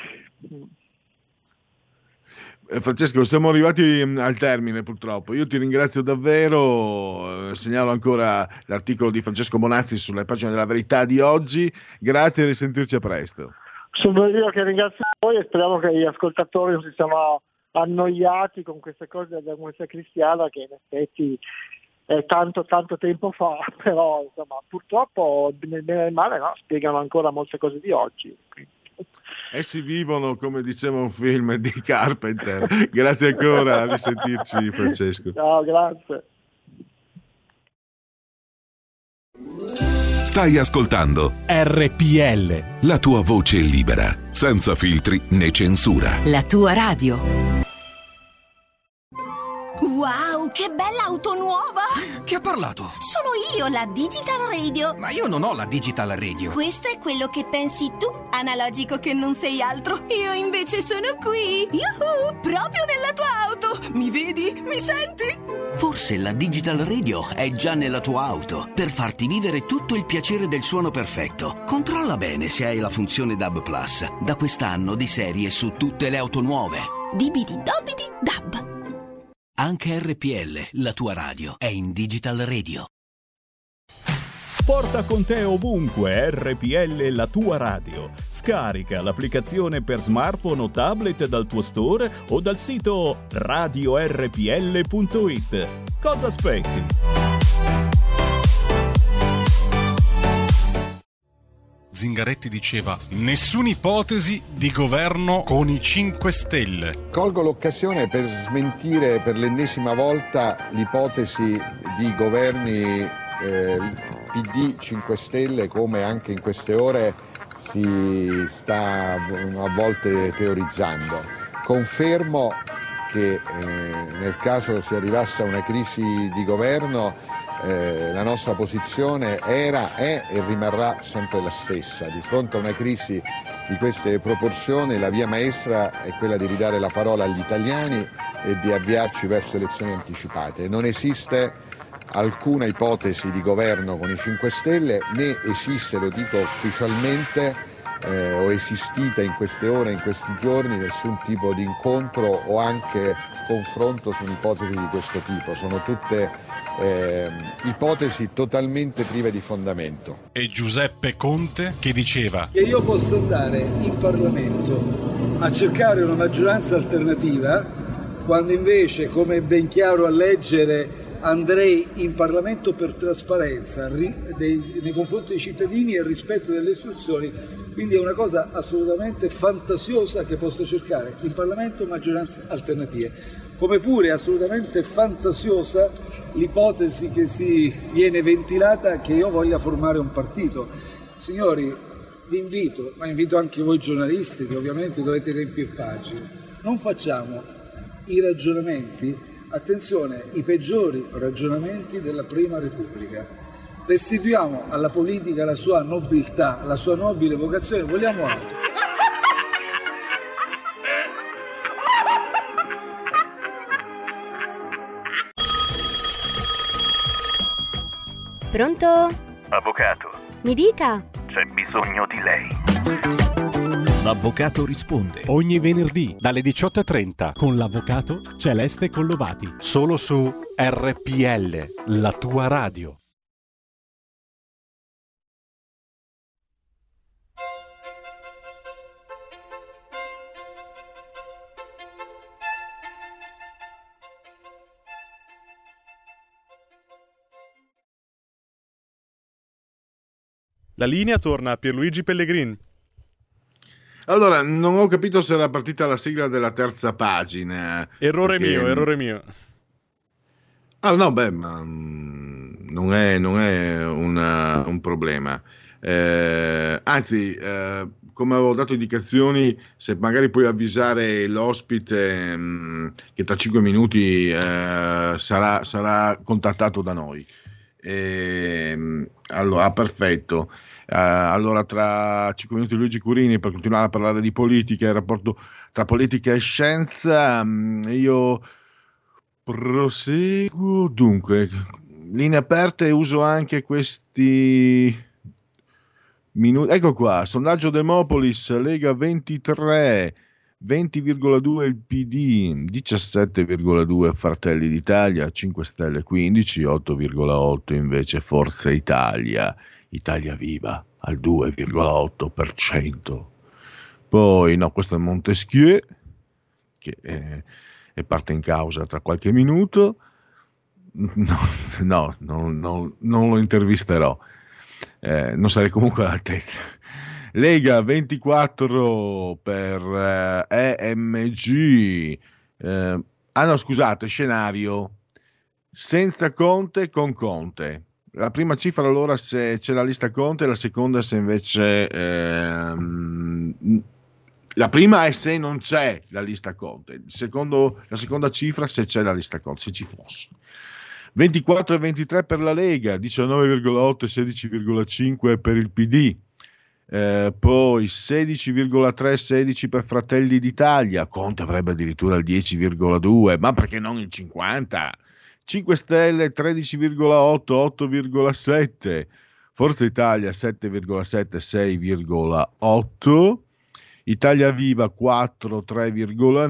F: Francesco, siamo arrivati al termine purtroppo. Io ti ringrazio davvero, segnalo ancora l'articolo di Francesco Bonazzi sulle pagine della Verità di oggi. Grazie e risentirci a presto.
O: Sono io che ringrazio voi e speriamo che gli ascoltatori non si siano annoiati con queste cose della Democrazia Cristiana che in effetti è tanto tanto tempo fa, però insomma purtroppo nel bene e nel male no, spiegano ancora molte cose di oggi.
F: Essi vivono, come diceva un film di Carpenter. Grazie ancora, a risentirci Francesco.
O: Ciao, grazie.
Q: Stai ascoltando
K: R P L,
Q: la tua voce libera, senza filtri né censura.
A: La tua radio.
J: Wow, che bella auto nuova!
R: Chi ha parlato?
J: Sono io, la Digital Radio.
R: Ma io non ho la Digital Radio.
J: Questo è quello che pensi tu, analogico che non sei altro. Io invece sono qui, yuhu, proprio nella tua auto. Mi vedi? Mi senti?
R: Forse la Digital Radio è già nella tua auto per farti vivere tutto il piacere del suono perfetto. Controlla bene se hai la funzione D A B Plus. Da quest'anno di serie su tutte le auto nuove.
J: Dibidi dobidi dab.
R: Anche R P L, la tua radio, è in Digital Radio.
L: Porta con te ovunque R P L, la tua radio. Scarica l'applicazione per smartphone o tablet dal tuo store o dal sito radio r p l punto i t. Cosa aspetti?
S: Zingaretti diceva: nessuna ipotesi di governo con i cinque Stelle.
T: Colgo l'occasione per smentire per l'ennesima volta l'ipotesi di governi eh, P D cinque Stelle, come anche in queste ore si sta a volte teorizzando. Confermo che eh, nel caso si arrivasse a una crisi di governo Eh, la nostra posizione era, è e rimarrà sempre la stessa. Di fronte a una crisi di queste proporzioni la via maestra è quella di ridare la parola agli italiani e di avviarci verso elezioni anticipate. Non esiste alcuna ipotesi di governo con i cinque Stelle, né esiste, lo dico ufficialmente, eh, o esistita in queste ore, in questi giorni, nessun tipo di incontro o anche confronto su un'ipotesi di questo tipo. Sono tutte Eh, ipotesi totalmente prive di fondamento.
S: E Giuseppe Conte che diceva
U: che io posso andare in Parlamento a cercare una maggioranza alternativa, quando invece, come è ben chiaro a leggere, andrei in Parlamento per trasparenza ri, dei, nei confronti dei cittadini e rispetto delle istituzioni. Quindi è una cosa assolutamente fantasiosa che posso cercare in Parlamento maggioranze alternative. Come pure è assolutamente fantasiosa l'ipotesi che si viene ventilata che io voglia formare un partito. Signori, vi invito, ma invito anche voi giornalisti che ovviamente dovete riempire pagine, non facciamo i ragionamenti, attenzione, i peggiori ragionamenti della Prima Repubblica. Restituiamo alla politica la sua nobiltà, la sua nobile vocazione, vogliamo altro.
V: Pronto?
W: Avvocato,
V: Mi dica.
W: c'è bisogno di lei.
K: L'avvocato risponde ogni venerdì dalle diciotto e trenta con l'avvocato Celeste Collovati, solo su R P L, la tua radio.
X: La linea torna a Pierluigi Pellegrin.
F: Allora, non ho capito se era partita la sigla della terza pagina.
X: Errore
F: perché...
X: mio, errore mio.
F: Ah no, beh, ma non è, non è una, un problema. Eh, anzi, eh, come avevo dato indicazioni, se magari puoi avvisare l'ospite mh, che tra cinque minuti eh, sarà, sarà contattato da noi. Eh, allora, perfetto. Uh, allora tra cinque minuti Luigi Curini per continuare a parlare di politica, il rapporto tra politica e scienza. Um, io proseguo dunque, linee aperte, uso anche questi minuti. Ecco qua, sondaggio Demopolis, Lega ventitré, venti virgola due il P D, diciassette virgola due Fratelli d'Italia, cinque Stelle quindici, otto virgola otto invece Forza Italia. Italia Viva al due virgola otto per cento. Poi no, questo è Montesquieu che è, è parte in causa tra qualche minuto. no, no non, non, non lo intervisterò, eh, non sarei comunque all'altezza. Lega ventiquattro per eh, E M G, eh, ah no scusate, scenario senza Conte, con Conte. La prima cifra allora se c'è la lista Conte, la seconda se invece ehm, la prima è se non c'è la lista Conte, il secondo, la seconda cifra se c'è la lista Conte, se ci fosse. ventiquattro e ventitré per la Lega, diciannove virgola otto e sedici virgola cinque per il P D, eh, poi sedici virgola tre e sedici per Fratelli d'Italia, Conte avrebbe addirittura il dieci virgola due, ma perché non il cinquanta? cinque Stelle tredici virgola otto, otto virgola sette, Forza Italia sette virgola sette, sei virgola otto, Italia Viva quattro, tre virgola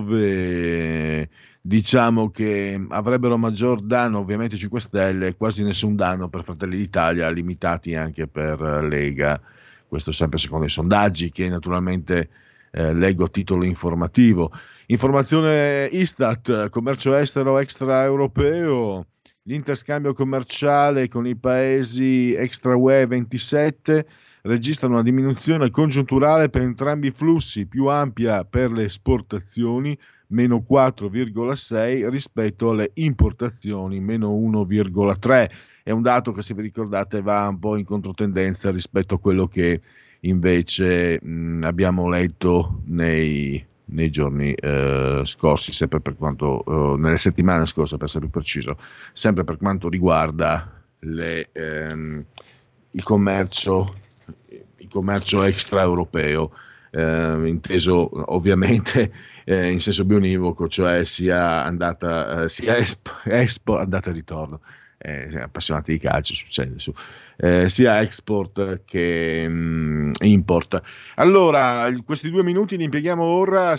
F: nove. Diciamo che avrebbero maggior danno ovviamente cinque Stelle, quasi nessun danno per Fratelli d'Italia, limitati anche per Lega. Questo sempre secondo i sondaggi che naturalmente eh, leggo a titolo informativo. Informazione Istat, commercio estero extraeuropeo, l'interscambio commerciale con i paesi extra U E ventisette registra una diminuzione congiunturale per entrambi i flussi, più ampia per le esportazioni, meno quattro virgola sei rispetto alle importazioni, meno uno virgola tre. È un dato che, se vi ricordate, va un po' in controtendenza rispetto a quello che invece mh, abbiamo letto nei, nei giorni eh, scorsi, sempre per quanto eh, nelle settimane scorse, per essere più preciso, sempre per quanto riguarda le, ehm, il commercio il commercio extraeuropeo, eh, inteso ovviamente eh, in senso bionivoco, cioè sia andata eh, sia expo, expo andata e ritorno. Eh, appassionati di calcio succede su eh, sia export che mh, import. Allora, questi due minuti li impieghiamo ora,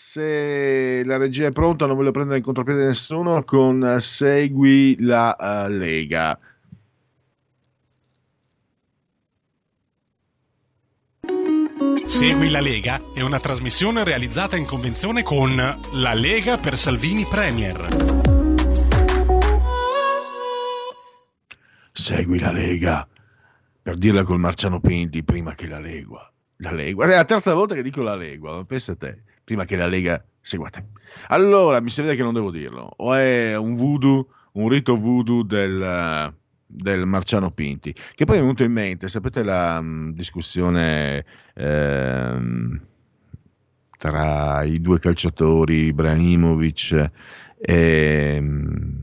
F: se la regia è pronta, non voglio prendere in contropiede nessuno, con Segui la uh, Lega.
S: Segui la Lega è una trasmissione realizzata in convenzione con La Lega per Salvini Premier.
F: Segui la Lega, per dirla col Marciano Pinti, prima che la Lega. La Lega, è la terza volta che dico la Lega, ma pensa a te, prima che la Lega segua te. Allora, mi si vede che non devo dirlo, o è un voodoo, un rito voodoo del, del Marciano Pinti, che poi è venuto in mente, sapete la um, discussione ehm, tra i due calciatori, Ibrahimovic e um,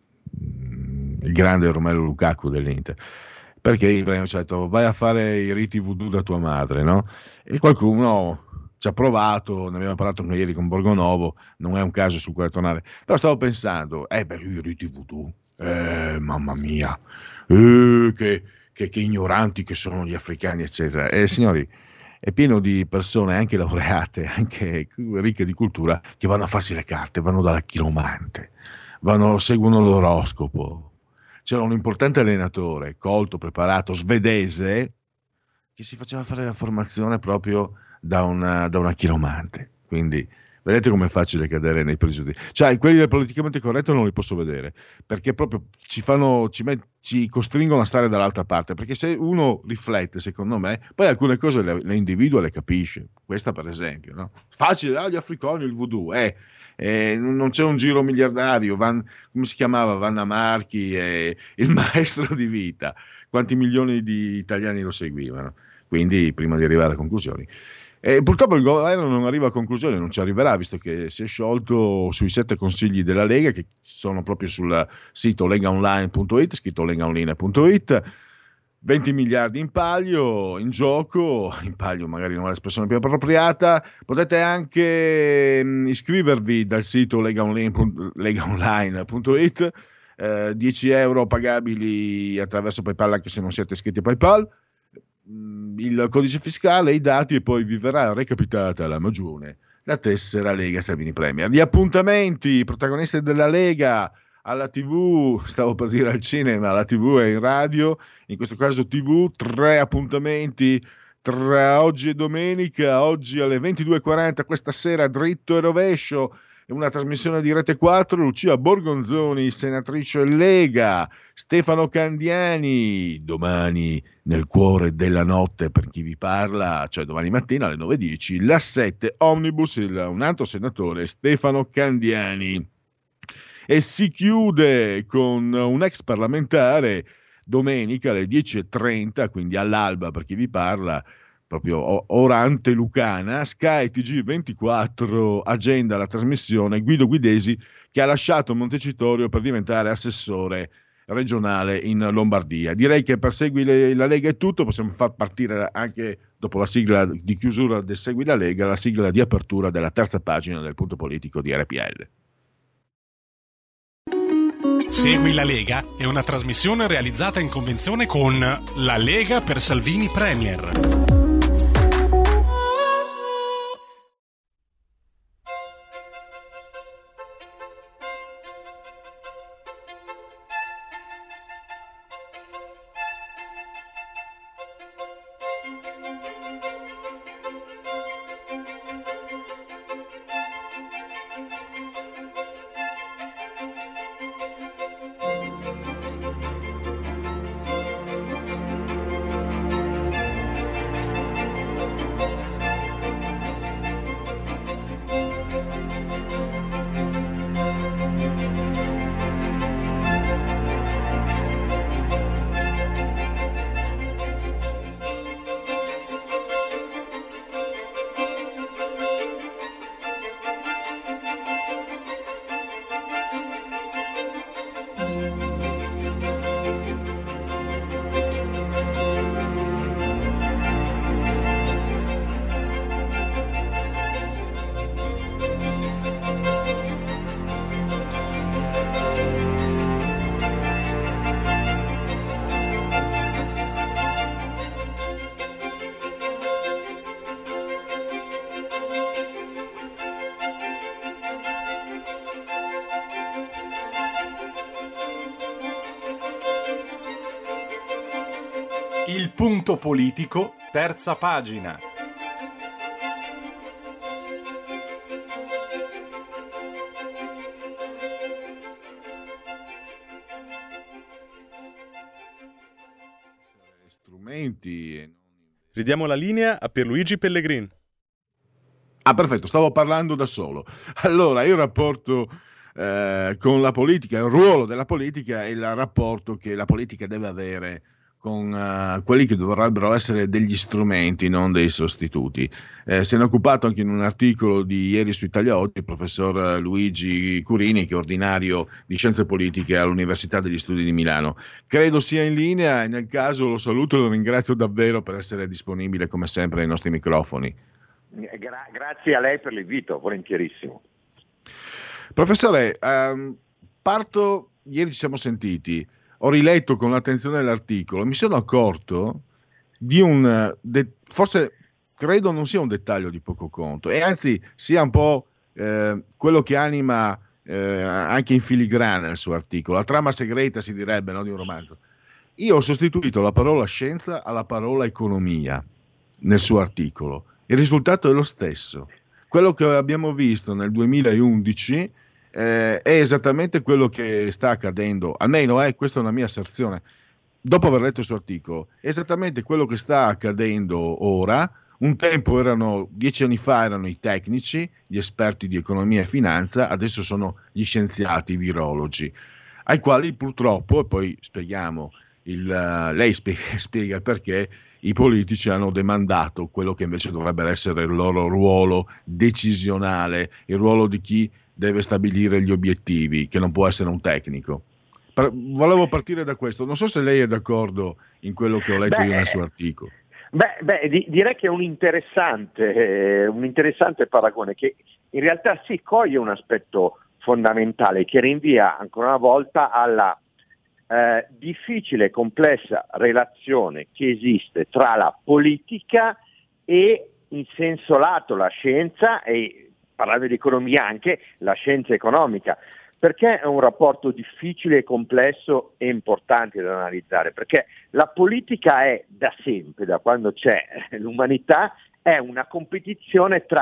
F: il grande Romelu Lukaku dell'Inter, perché Ibrahimovic ci ha detto vai a fare i riti voodoo da tua madre, no? E qualcuno ci ha provato, ne abbiamo parlato anche ieri con Borgonovo, non è un caso su quale tornare, però stavo pensando, eh beh, i riti voodoo, eh, mamma mia, eh, che, che, che ignoranti che sono gli africani, eccetera. E signori, è pieno di persone, anche laureate, anche ricche di cultura, che vanno a farsi le carte, vanno dalla chiromante, vanno, seguono l'oroscopo. C'era un importante allenatore, colto, preparato, svedese, che si faceva fare la formazione proprio da una, da una chiromante. Quindi vedete com'è facile cadere nei pregiudizi. Cioè, quelli del politicamente corretto non li posso vedere, perché proprio ci fanno, ci, met, ci costringono a stare dall'altra parte, perché se uno riflette, secondo me, poi alcune cose le, le individua e le capisce. Questa per esempio, no? Facile, ah, gli africani, il voodoo, eh. Eh, non c'è un giro miliardario, Van, come si chiamava, Vanna Marchi, eh, il maestro di vita, quanti milioni di italiani lo seguivano, quindi prima di arrivare a conclusioni. Eh, purtroppo il governo non arriva a conclusioni, non ci arriverà, visto che si è sciolto sui sette consigli della Lega, che sono proprio sul sito legaonline punto it, scritto legaonline punto it. venti miliardi in palio, in gioco, in palio magari non è l'espressione più appropriata. Potete anche mh, iscrivervi dal sito legaonline punto it, eh, dieci euro pagabili attraverso PayPal anche se non siete iscritti a PayPal, mh, il codice fiscale, i dati, e poi vi verrà recapitata alla magione la tessera Lega Salvini Premier. Gli appuntamenti, protagonisti della Lega alla tivù, stavo per dire al cinema, alla tivù e in radio, in questo caso tivù, tre appuntamenti tra oggi e domenica. Oggi alle ventidue e quaranta, questa sera Dritto e Rovescio, una trasmissione di Rete quattro, Lucia Borgonzoni, senatrice Lega, Stefano Candiani, domani nel cuore della notte per chi vi parla, cioè domani mattina alle nove e dieci, la sette Omnibus, il, un altro senatore, Stefano Candiani. E si chiude con un ex parlamentare domenica alle dieci e trenta, quindi all'alba per chi vi parla, proprio ora antelucana, Sky T G ventiquattro agenda la trasmissione Guido Guidesi, che ha lasciato Montecitorio per diventare assessore regionale in Lombardia. Direi che per Segui la Lega è tutto, possiamo far partire anche dopo la sigla di chiusura del Segui la Lega, la sigla di apertura della terza pagina del Punto Politico di R P L.
S: Segui la Lega è una trasmissione realizzata in convenzione con La Lega per Salvini Premier.
K: Il Punto Politico, terza pagina.
F: Strumenti.
X: Ridiamo la linea a Pierluigi Pellegrin.
F: Ah, perfetto, stavo parlando da solo. Allora, il rapporto eh, con la politica, il ruolo della politica e il rapporto che la politica deve avere con uh, quelli che dovrebbero essere degli strumenti, non dei sostituti. Eh, se ne è occupato anche in un articolo di ieri su Italia Oggi il professor Luigi Curini, che è ordinario di Scienze Politiche all'Università degli Studi di Milano. Credo sia in linea e nel caso lo saluto e lo ringrazio davvero per essere disponibile come sempre ai nostri microfoni.
B: Gra- grazie a lei per l'invito, volentierissimo.
F: Professore, um, parto, ieri ci siamo sentiti, ho riletto con attenzione l'articolo, mi sono accorto di un, de, forse credo non sia un dettaglio di poco conto, e anzi sia un po' eh, quello che anima eh, anche in filigrana il suo articolo, la trama segreta si direbbe, no, di un romanzo. Io ho sostituito la parola scienza alla parola economia nel suo articolo, il risultato è lo stesso. Quello che abbiamo visto nel duemilaundici Eh, è esattamente quello che sta accadendo, almeno eh, questa è una mia asserzione, dopo aver letto il suo articolo, è esattamente quello che sta accadendo ora. Un tempo erano, dieci anni fa erano i tecnici, gli esperti di economia e finanza, adesso sono gli scienziati, i virologi, ai quali purtroppo, e poi spieghiamo, il, uh, lei spiega, spiega perché i politici hanno demandato quello che invece dovrebbe essere il loro ruolo decisionale, il ruolo di chi deve stabilire gli obiettivi, che non può essere un tecnico. Per, volevo partire da questo, non so se lei è d'accordo in quello che ho letto beh, io nel suo articolo.
B: Beh, beh di, direi che è un interessante, eh, un interessante paragone, che in realtà si coglie un aspetto fondamentale che rinvia ancora una volta alla eh, difficile e complessa relazione che esiste tra la politica e, in senso lato, la scienza e, parlando di economia, anche la scienza economica. Perché è un rapporto difficile, complesso e importante da analizzare? Perché la politica è da sempre, da quando c'è l'umanità, è una competizione tra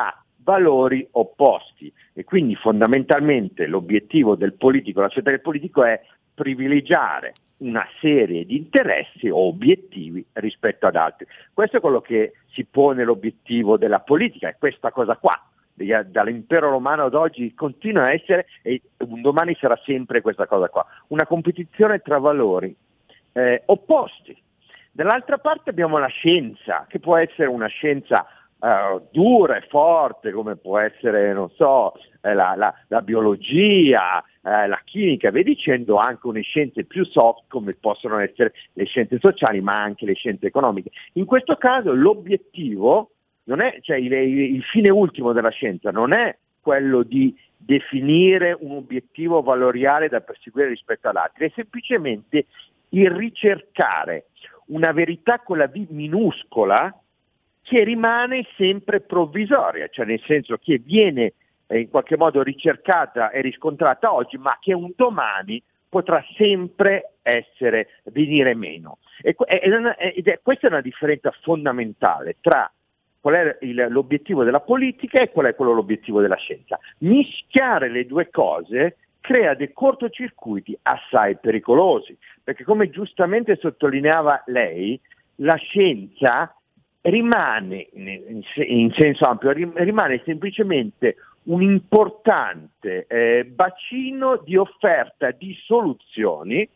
B: valori opposti e quindi fondamentalmente l'obiettivo del politico, la scelta del politico è privilegiare una serie di interessi o obiettivi rispetto ad altri. Questo è quello che si pone l'obiettivo della politica, è questa cosa qua. Dall'impero romano ad oggi continua a essere e un domani sarà sempre questa cosa qua, una competizione tra valori eh, opposti. Dall'altra parte abbiamo la scienza, che può essere una scienza eh, dura e forte, come può essere, non so, eh, la, la, la biologia, eh, la chimica, via dicendo, anche une scienze più soft, come possono essere le scienze sociali, ma anche le scienze economiche. In questo caso l'obiettivo non è, cioè il, il fine ultimo della scienza non è quello di definire un obiettivo valoriale da perseguire rispetto ad altri, è semplicemente il ricercare una verità con la V minuscola che rimane sempre provvisoria, cioè nel senso che viene eh, in qualche modo ricercata e riscontrata oggi, ma che un domani potrà sempre essere, venire meno. E, e, ed è, questa è una differenza fondamentale tra qual è il, l'obiettivo della politica e qual è quello l'obiettivo della scienza. Mischiare le due cose crea dei cortocircuiti assai pericolosi, perché come giustamente sottolineava lei, la scienza rimane, in, in senso ampio, rimane semplicemente un importante eh, bacino di offerta di soluzioni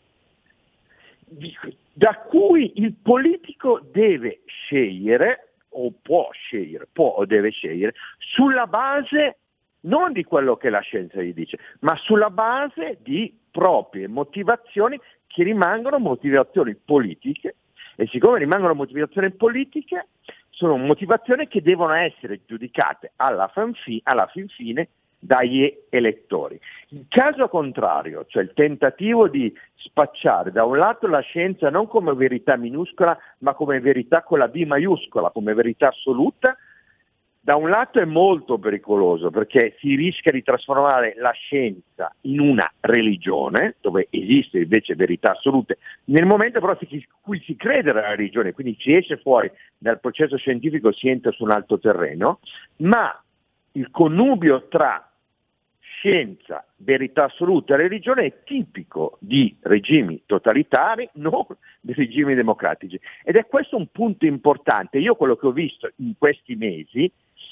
B: di, da cui il politico deve scegliere, o può scegliere, può o deve scegliere, sulla base non di quello che la scienza gli dice, ma sulla base di proprie motivazioni che rimangono motivazioni politiche, e siccome rimangono motivazioni politiche, sono motivazioni che devono essere giudicate alla fin, fi, alla fin fine dagli elettori. In caso contrario, cioè il tentativo di spacciare da un lato la scienza non come verità minuscola, ma come verità con la B maiuscola, come verità assoluta, da un lato è molto pericoloso perché si rischia di trasformare la scienza in una religione, dove esiste invece verità assolute, nel momento però in cui si crede alla religione, quindi si esce fuori dal processo scientifico, si entra su un altro terreno, ma il connubio tra scienza, verità assoluta e religione è tipico di regimi totalitari, non di regimi democratici. Ed è questo un punto importante. Io quello che ho visto in questi mesi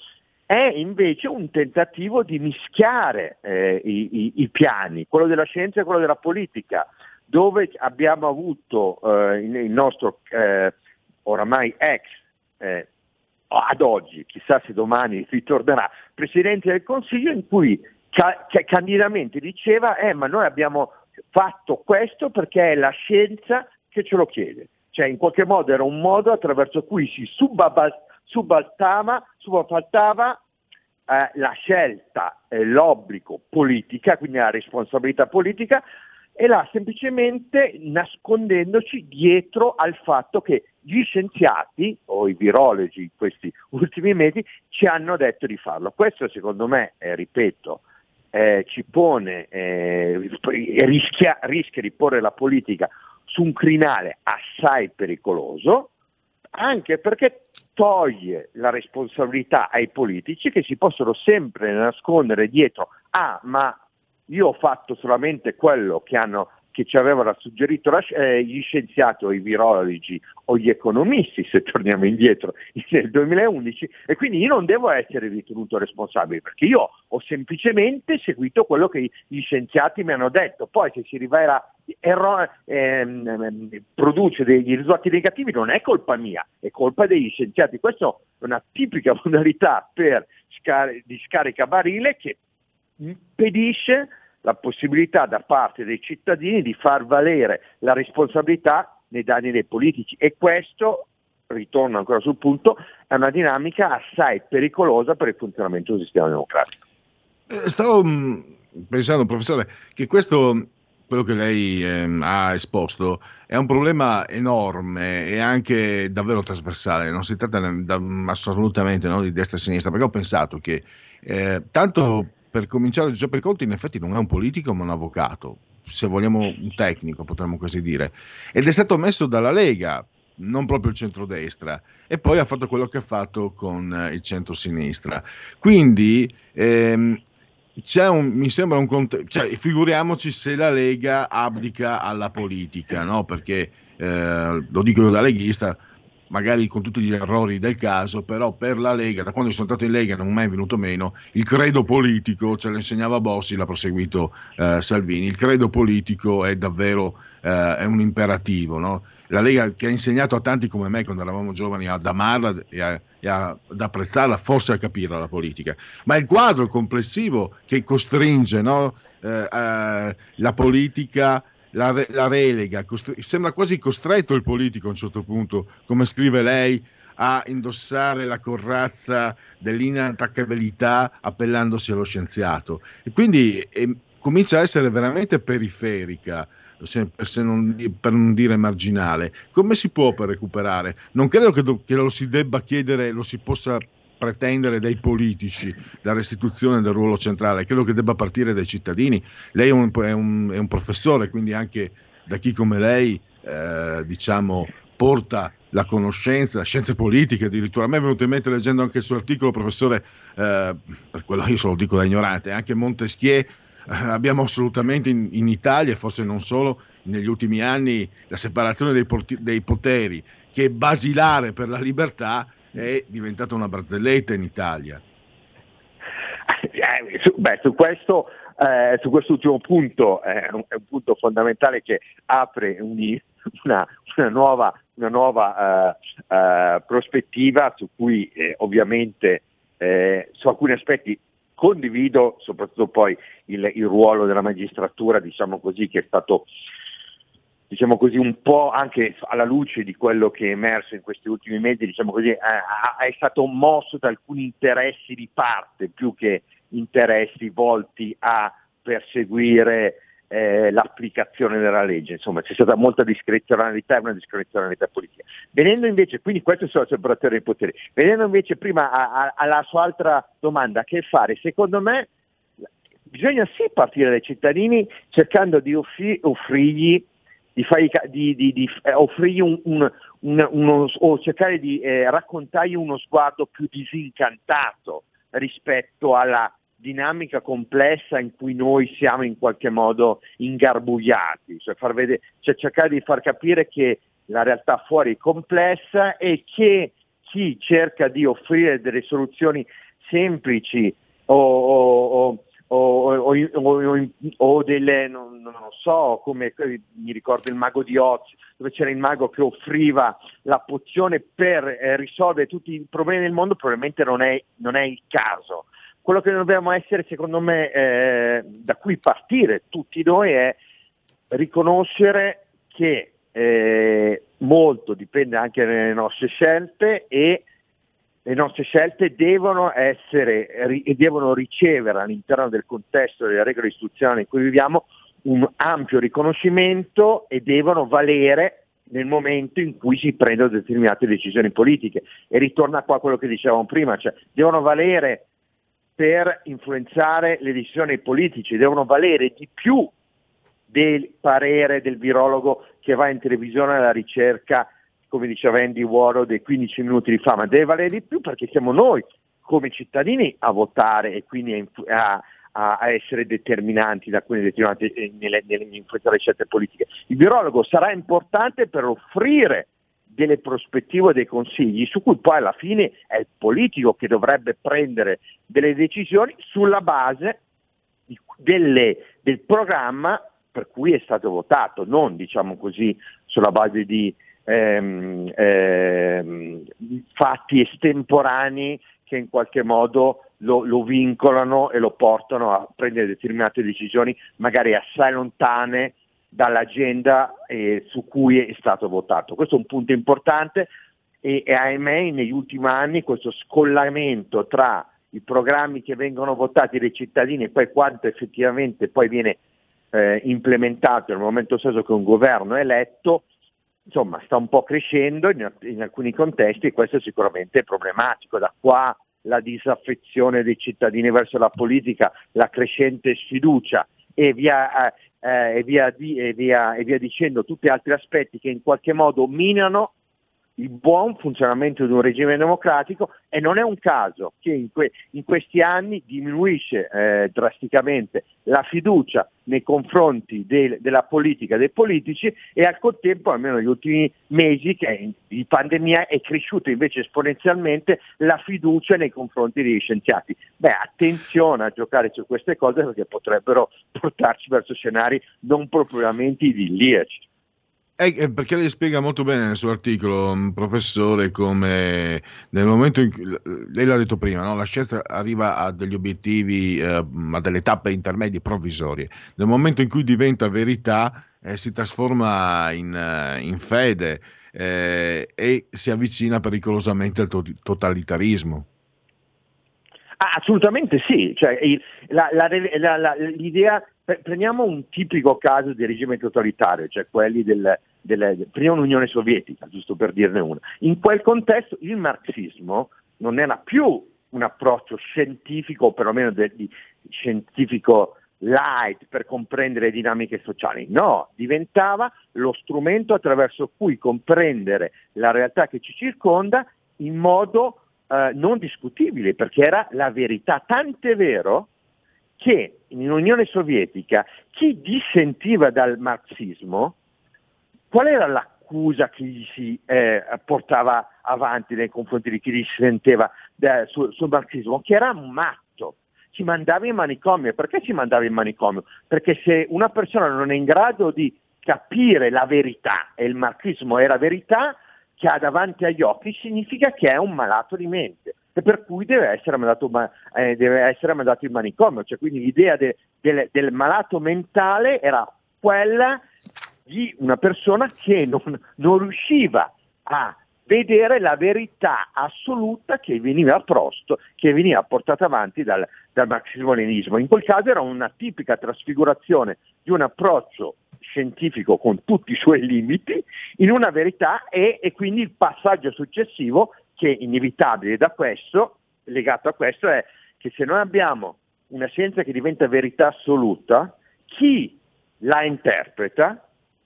B: è invece un tentativo di mischiare eh, i, i, i piani, quello della scienza e quello della politica, dove abbiamo avuto eh, il, il nostro eh, oramai ex eh, ad oggi, chissà se domani ritornerà, Presidente del Consiglio, in cui ca- ca- candidamente diceva eh, ma noi abbiamo fatto questo perché è la scienza che ce lo chiede. Cioè in qualche modo era un modo attraverso cui si subaba- subaltava, subaltava eh, la scelta, eh, l'obbligo politica, quindi la responsabilità politica, e là semplicemente nascondendoci dietro al fatto che gli scienziati o i virologi in questi ultimi mesi ci hanno detto di farlo. Questo secondo me, eh, ripeto, eh, ci pone, eh, rischia, rischia di porre la politica su un crinale assai pericoloso, anche perché toglie la responsabilità ai politici che si possono sempre nascondere dietro ah ma io ho fatto solamente quello che hanno che ci avevano suggerito la, eh, gli scienziati o i virologi o gli economisti, se torniamo indietro nel duemilaundici, e quindi io non devo essere ritenuto responsabile perché io ho semplicemente seguito quello che gli scienziati mi hanno detto. Poi se si rivela erro- ehm, produce degli risultati negativi non è colpa mia, è colpa degli scienziati. Questa è una tipica modalità per scar- di scarica barile che impedisce la possibilità da parte dei cittadini di far valere la responsabilità nei danni dei politici, e questo, ritorno ancora sul punto, è una dinamica assai pericolosa per il funzionamento del sistema democratico.
F: Stavo pensando, professore, che questo, quello che lei eh, ha esposto, è un problema enorme e anche davvero trasversale, non si tratta da, assolutamente no, di destra e sinistra, perché ho pensato che eh, tanto per cominciare, Giuseppe Conte in effetti non è un politico ma un avvocato, se vogliamo un tecnico potremmo così dire, ed è stato messo dalla Lega non proprio il centrodestra, e poi ha fatto quello che ha fatto con eh, il centrosinistra. Quindi ehm, c'è un, mi sembra un cont- cioè, figuriamoci se la Lega abdica alla politica, no? Perché eh, lo dico io da leghista, magari con tutti gli errori del caso, però per la Lega, da quando sono stato in Lega non è mai venuto meno il credo politico, ce lo insegnava Bossi, l'ha proseguito eh, Salvini. Il credo politico è davvero eh, è un imperativo, no? La Lega, che ha insegnato a tanti come me quando eravamo giovani ad amarla e, a, e a, ad apprezzarla, forse a capirla la politica, ma il quadro complessivo che costringe, no? eh, eh, la politica, la, la relega, costri- sembra quasi costretto il politico a un certo punto, come scrive lei, a indossare la corazza dell'inattaccabilità appellandosi allo scienziato, e quindi eh, comincia a essere veramente periferica, se, se non, per non dire marginale. Come si può per recuperare? Non credo che, do, che lo si debba chiedere, lo si possa pretendere dai politici la restituzione del ruolo centrale, credo che debba partire dai cittadini. Lei è un, è un, è un professore, quindi anche da chi come lei eh, diciamo porta la conoscenza, la scienze politiche addirittura. A me è venuto in mente, leggendo anche il suo articolo, professore, eh, per quello io se lo dico da ignorante, anche Montesquieu. Eh, abbiamo assolutamente in, in Italia, e forse non solo, negli ultimi anni la separazione dei, porti, dei poteri, che è basilare per la libertà, è diventata una barzelletta in Italia.
B: Eh, su, beh, su questo eh, su quest'ultimo punto eh, è un punto fondamentale che apre un, una, una nuova, una nuova uh, uh, prospettiva su cui eh, ovviamente eh, su alcuni aspetti condivido, soprattutto poi il, il ruolo della magistratura, diciamo così, che è stato, diciamo così, un po' anche alla luce di quello che è emerso in questi ultimi mesi, diciamo così, eh, è stato mosso da alcuni interessi di parte più che interessi volti a perseguire eh, l'applicazione della legge. Insomma, c'è stata molta discrezionalità e una discrezionalità politica. Venendo invece, quindi questo è la separazione dei poteri, venendo invece prima a, a, alla sua altra domanda, che fare? Secondo me bisogna sì partire dai cittadini, cercando di offri, offrirgli di, fargli, di, di, di eh, offrirgli un, un, un, uno, o cercare di eh, raccontargli uno sguardo più disincantato rispetto alla dinamica complessa in cui noi siamo in qualche modo ingarbugliati, cioè, far vedere, cioè cercare di far capire che la realtà fuori è complessa e che chi cerca di offrire delle soluzioni semplici o, o, o, o, o, o delle, non, non so, come mi ricordo il mago di Oz, dove c'era il mago che offriva la pozione per eh, risolvere tutti i problemi del mondo, probabilmente non è, non è il caso. Quello che dobbiamo essere, secondo me, eh, da cui partire tutti noi, è riconoscere che eh, molto dipende anche dalle nostre scelte, e le nostre scelte devono essere e devono ricevere all'interno del contesto delle regole istituzionali in cui viviamo un ampio riconoscimento, e devono valere nel momento in cui si prendono determinate decisioni politiche. E ritorna qua a quello che dicevamo prima, cioè devono valere per influenzare le decisioni politiche, devono valere di più del parere del virologo che va in televisione alla ricerca, come diceva Andy Warhol, dei quindici minuti di fama. Deve valere di più perché siamo noi come cittadini a votare e quindi a, a, a essere determinanti da alcune determinate nelle, nelle influenzare le scelte politiche. Il virologo sarà importante per offrire delle prospettive, dei consigli, su cui poi alla fine è il politico che dovrebbe prendere delle decisioni sulla base di, delle, del programma per cui è stato votato, non, diciamo così, sulla base di ehm, ehm, fatti estemporanei che in qualche modo lo, lo vincolano e lo portano a prendere determinate decisioni magari assai lontane dall'agenda eh, su cui è stato votato. Questo è un punto importante, e, e ahimè negli ultimi anni questo scollamento tra i programmi che vengono votati dai cittadini e poi quanto effettivamente poi viene eh, implementato nel momento stesso che un governo è eletto, insomma, sta un po' crescendo in, in alcuni contesti, e questo sicuramente è problematico. Da qua la disaffezione dei cittadini verso la politica, la crescente sfiducia e via, eh, e via, di, e via, e via dicendo tutti altri aspetti che in qualche modo minano il buon funzionamento di un regime democratico, e non è un caso che in, que- in questi anni diminuisce eh, drasticamente la fiducia nei confronti del- della politica, dei politici, e al contempo, almeno negli ultimi mesi che di pandemia, è cresciuta invece esponenzialmente la fiducia nei confronti degli scienziati. Beh, attenzione a giocare su queste cose, perché potrebbero portarci verso scenari non propriamente idilliaci.
F: Eh, perché lei spiega molto bene nel suo articolo, professore, come nel momento in cui, lei l'ha detto prima, no? La scienza arriva a degli obiettivi, eh, a delle tappe intermedie provvisorie. Nel momento in cui diventa verità, eh, si trasforma in, in fede eh, e si avvicina pericolosamente al to- totalitarismo.
B: Ah, assolutamente sì, cioè, il, la, la, la, la, l'idea, prendiamo un tipico caso di regime totalitario, cioè quelli del, del, prima l'Unione Sovietica, giusto per dirne una. In quel contesto il marxismo non era più un approccio scientifico, o perlomeno de, di scientifico light per comprendere le dinamiche sociali, no, diventava lo strumento attraverso cui comprendere la realtà che ci circonda in modo Uh, non discutibile, perché era la verità. Tant'è vero che in Unione Sovietica chi dissentiva dal marxismo, qual era l'accusa che gli si eh, portava avanti nei confronti di chi dissenteva eh, sul, sul marxismo? Che era un matto, ci mandava in manicomio. Perché ci mandava in manicomio? Perché se una persona non è in grado di capire la verità, e il marxismo era verità, che ha davanti agli occhi, significa che è un malato di mente, e per cui deve essere mandato, eh, deve essere mandato in manicomio. Cioè, quindi l'idea de, de, del malato mentale era quella di una persona che non, non riusciva a vedere la verità assoluta che veniva proposto, che veniva portata avanti dal, dal marxismo-leninismo. In quel caso era una tipica trasfigurazione di un approccio scientifico con tutti i suoi limiti in una verità, e, e quindi il passaggio successivo, che è inevitabile da questo, legato a questo, è che se noi abbiamo una scienza che diventa verità assoluta, chi la interpreta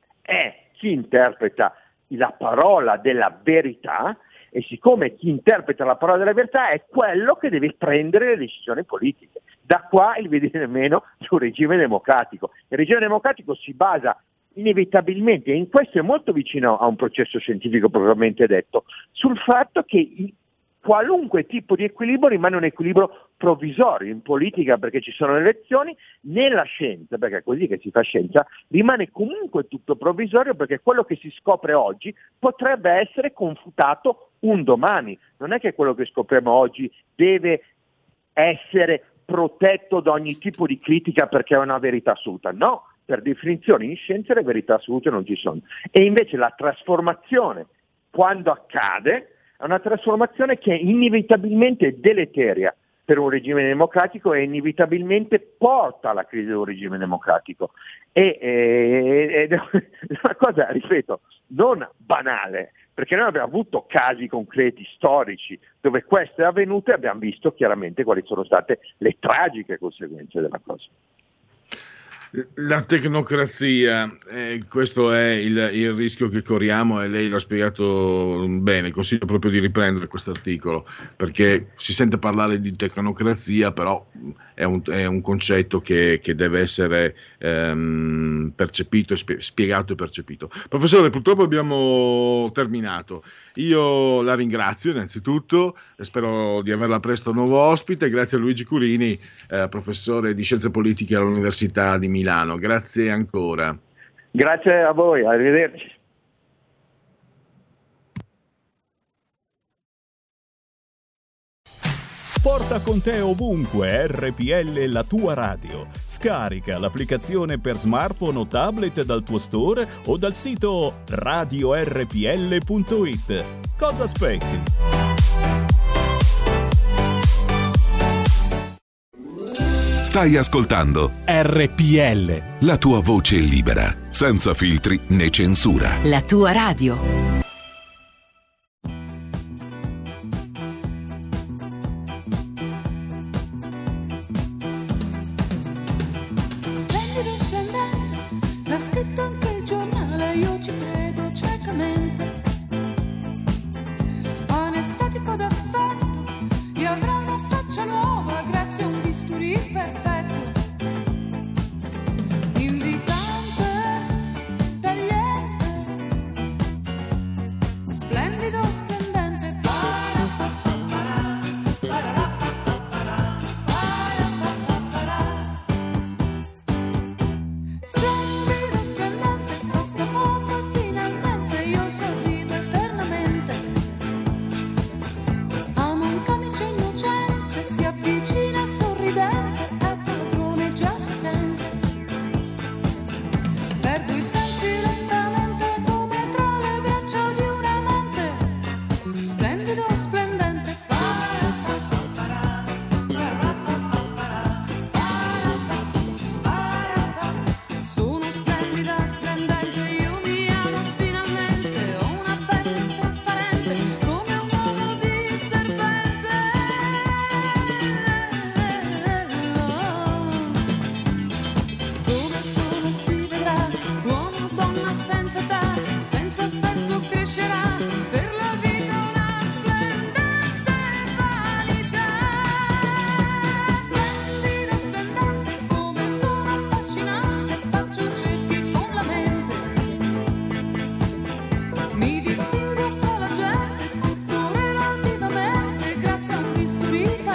B: è chi interpreta la parola della verità, e siccome chi interpreta la parola della verità è quello che deve prendere le decisioni politiche. Da qua il vedere meno di un regime democratico. Il regime democratico si basa inevitabilmente, e in questo è molto vicino a un processo scientifico propriamente detto, sul fatto che il, qualunque tipo di equilibrio rimane un equilibrio provvisorio. In politica, perché ci sono le elezioni, nella scienza, perché è così che si fa scienza, rimane comunque tutto provvisorio, perché quello che si scopre oggi potrebbe essere confutato un domani. Non è che quello che scopriamo oggi deve essere protetto da ogni tipo di critica perché è una verità assoluta. No, per definizione in scienza le verità assolute non ci sono. E invece la trasformazione, quando accade, è una trasformazione che è inevitabilmente deleteria per un regime democratico, e inevitabilmente porta alla crisi di un regime democratico. E, e, ed è una cosa, ripeto, non banale, perché noi abbiamo avuto casi concreti storici dove questo è avvenuto, e abbiamo visto chiaramente quali sono state le tragiche conseguenze della cosa.
F: La tecnocrazia, eh, questo è il, il rischio che corriamo, e lei l'ha spiegato bene. Consiglio proprio di riprendere questo articolo, perché si sente parlare di tecnocrazia, però è un, è un concetto che, che deve essere ehm, percepito, spiegato e percepito. Professore, purtroppo abbiamo terminato. Io la ringrazio innanzitutto, e spero di averla presto nuovo ospite. Grazie a Luigi Curini, eh, professore di Scienze Politiche all'Università di Milano. Grazie ancora.
B: Grazie a voi, arrivederci.
L: Porta con te ovunque R P L, la tua radio. Scarica l'applicazione per smartphone o tablet dal tuo store o dal sito radio r p l punto i t. Cosa aspetti?
Q: Stai ascoltando
K: R P L,
Q: la tua voce libera, senza filtri né censura.
A: La tua radio.
N: Splendido, splendente, l'ha scritto anche il giornale, io ci credo ciecamente.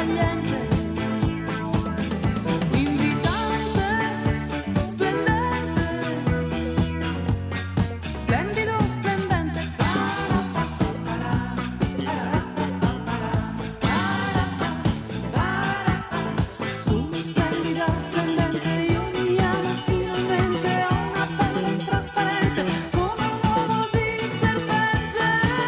N: tagliente, invitante, splendente, splendido, splendente. Su splendida, splendente, io mi amo finalmente, ho una pelle trasparente come un uovo di serpente.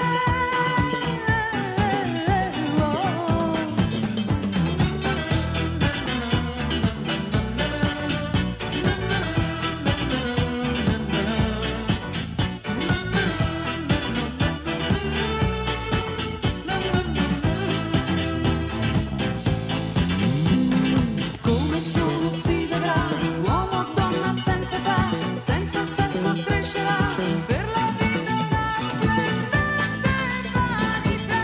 N: Come sono si vedrà, uomo o donna senza età, senza sesso crescerà, per la vita una splendente vanità.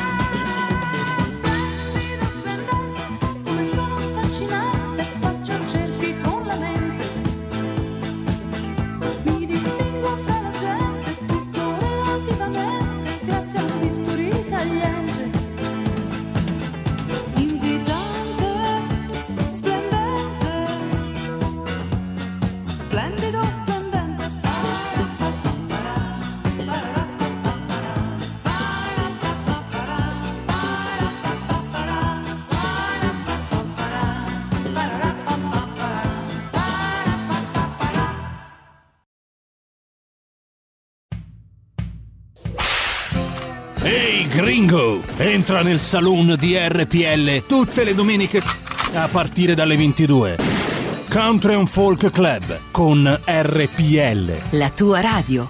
N: Splendido, splendente, come sono affascinante, faccio cerchi con la mente, mi distingo fra la gente, tutto relativamente, grazie a un bisturi tagliente. Invitante, splendente, splendido, splendente.
C: Ehi gringo, entra nel saloon di R P L tutte le domeniche a partire dalle ventidue. Country and Folk Club con R P L.
A: La tua radio.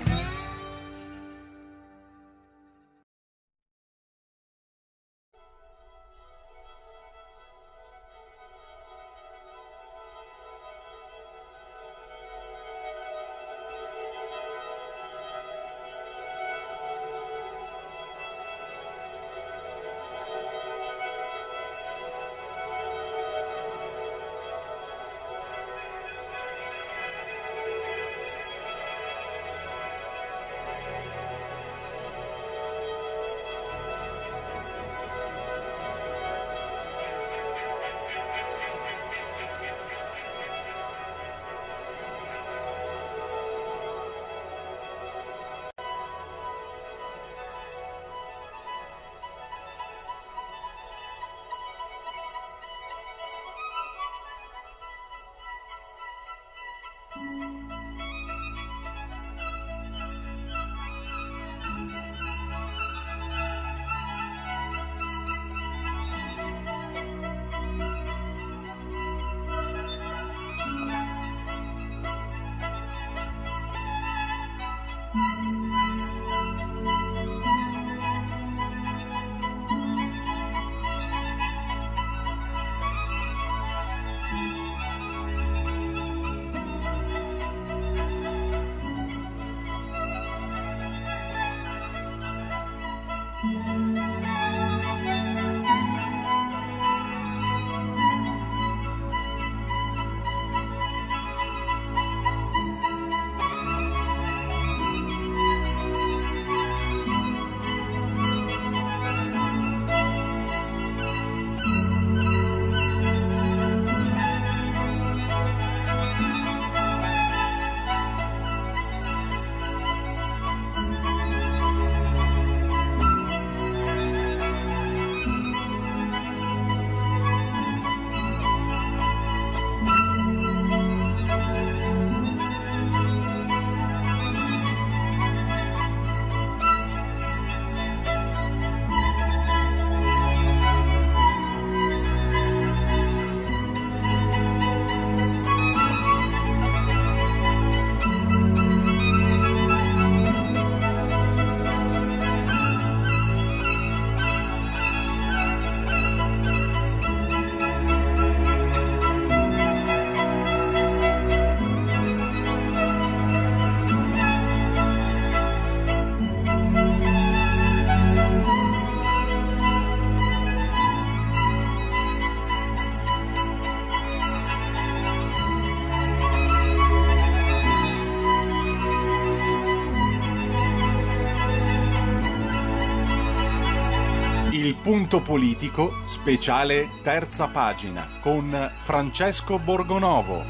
K: Punto politico, speciale terza pagina, con Francesco Borgonovo.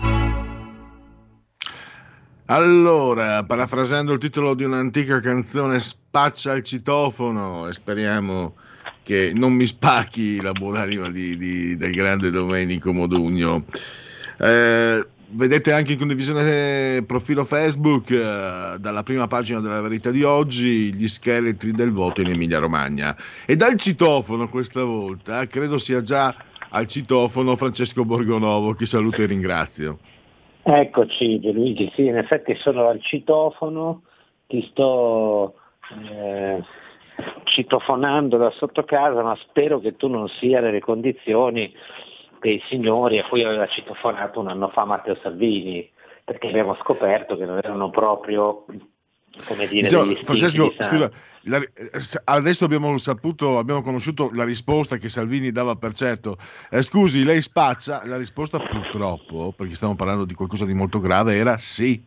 F: Allora, parafrasando il titolo di un'antica canzone, spaccia il citofono, e speriamo che non mi spacchi la buonanima di, di, del grande Domenico Modugno. Eh, vedete anche in condivisione profilo Facebook, eh, dalla prima pagina della Verità di oggi, gli scheletri del voto in Emilia Romagna. E dal citofono questa volta, credo sia già al citofono Francesco Borgonovo, che saluto e ringrazio.
D: Eccoci Luigi, sì, in effetti sono al citofono, ti sto eh, citofonando da sotto casa, ma spero che tu non sia nelle condizioni dei signori a cui aveva citofonato un anno fa Matteo Salvini, perché abbiamo scoperto che non erano proprio, come dire,
F: Diciamo,
D: degli
F: Francesco,
D: di
F: scusa, la, adesso abbiamo saputo, abbiamo conosciuto la risposta che Salvini dava per certo. Eh, scusi, lei spaccia? La risposta purtroppo, perché stiamo parlando di qualcosa di molto grave, era sì.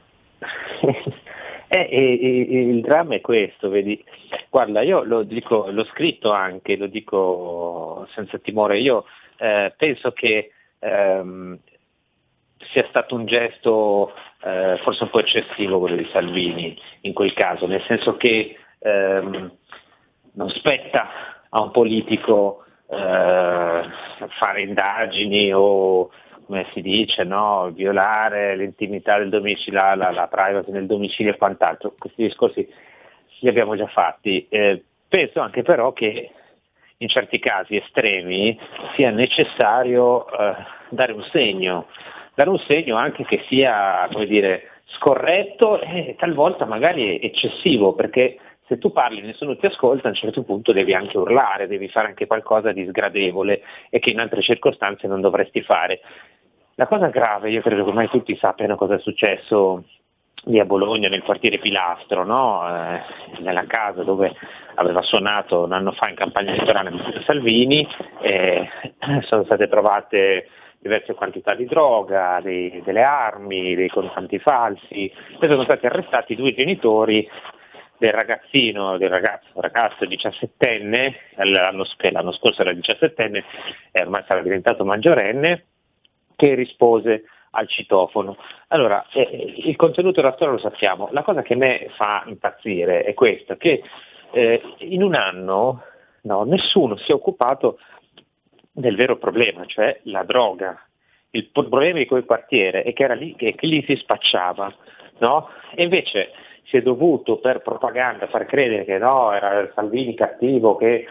D: eh, e, e, il dramma è questo, vedi. Guarda, io lo dico, l'ho scritto anche, lo dico senza timore, io eh, penso che ehm, sia stato un gesto eh, forse un po' eccessivo quello di Salvini in quel caso, nel senso che ehm, non spetta a un politico eh, fare indagini o, come si dice, no, violare l'intimità del domicilio, la, la, la privacy nel domicilio e quant'altro. Questi discorsi li abbiamo già fatti. Eh, penso anche però che in certi casi estremi sia necessario eh, dare un segno, dare un segno anche che sia, come dire, scorretto e talvolta magari eccessivo, perché se tu parli e nessuno ti ascolta, a un certo punto devi anche urlare, devi fare anche qualcosa di sgradevole e che in altre circostanze non dovresti fare. La cosa grave, io credo che ormai tutti sappiano cosa è successo lì a Bologna, nel quartiere Pilastro, no? eh, nella casa dove aveva suonato un anno fa in campagna elettorale Salvini, eh, sono state trovate diverse quantità di droga, dei, delle armi, dei contanti falsi, e sono stati arrestati due genitori del ragazzino, del ragazzo, ragazzo diciassettenne, l'anno, l'anno scorso era diciassettenne e ormai sarà diventato maggiorenne, che rispose al citofono. Allora, eh, il contenuto della storia lo sappiamo, la cosa che me fa impazzire è questa, che eh, in un anno no, nessuno si è occupato del vero problema, cioè la droga. Il problema di quel quartiere è che era lì che, che lì si spacciava, no? E invece si è dovuto per propaganda far credere che no, era Salvini cattivo che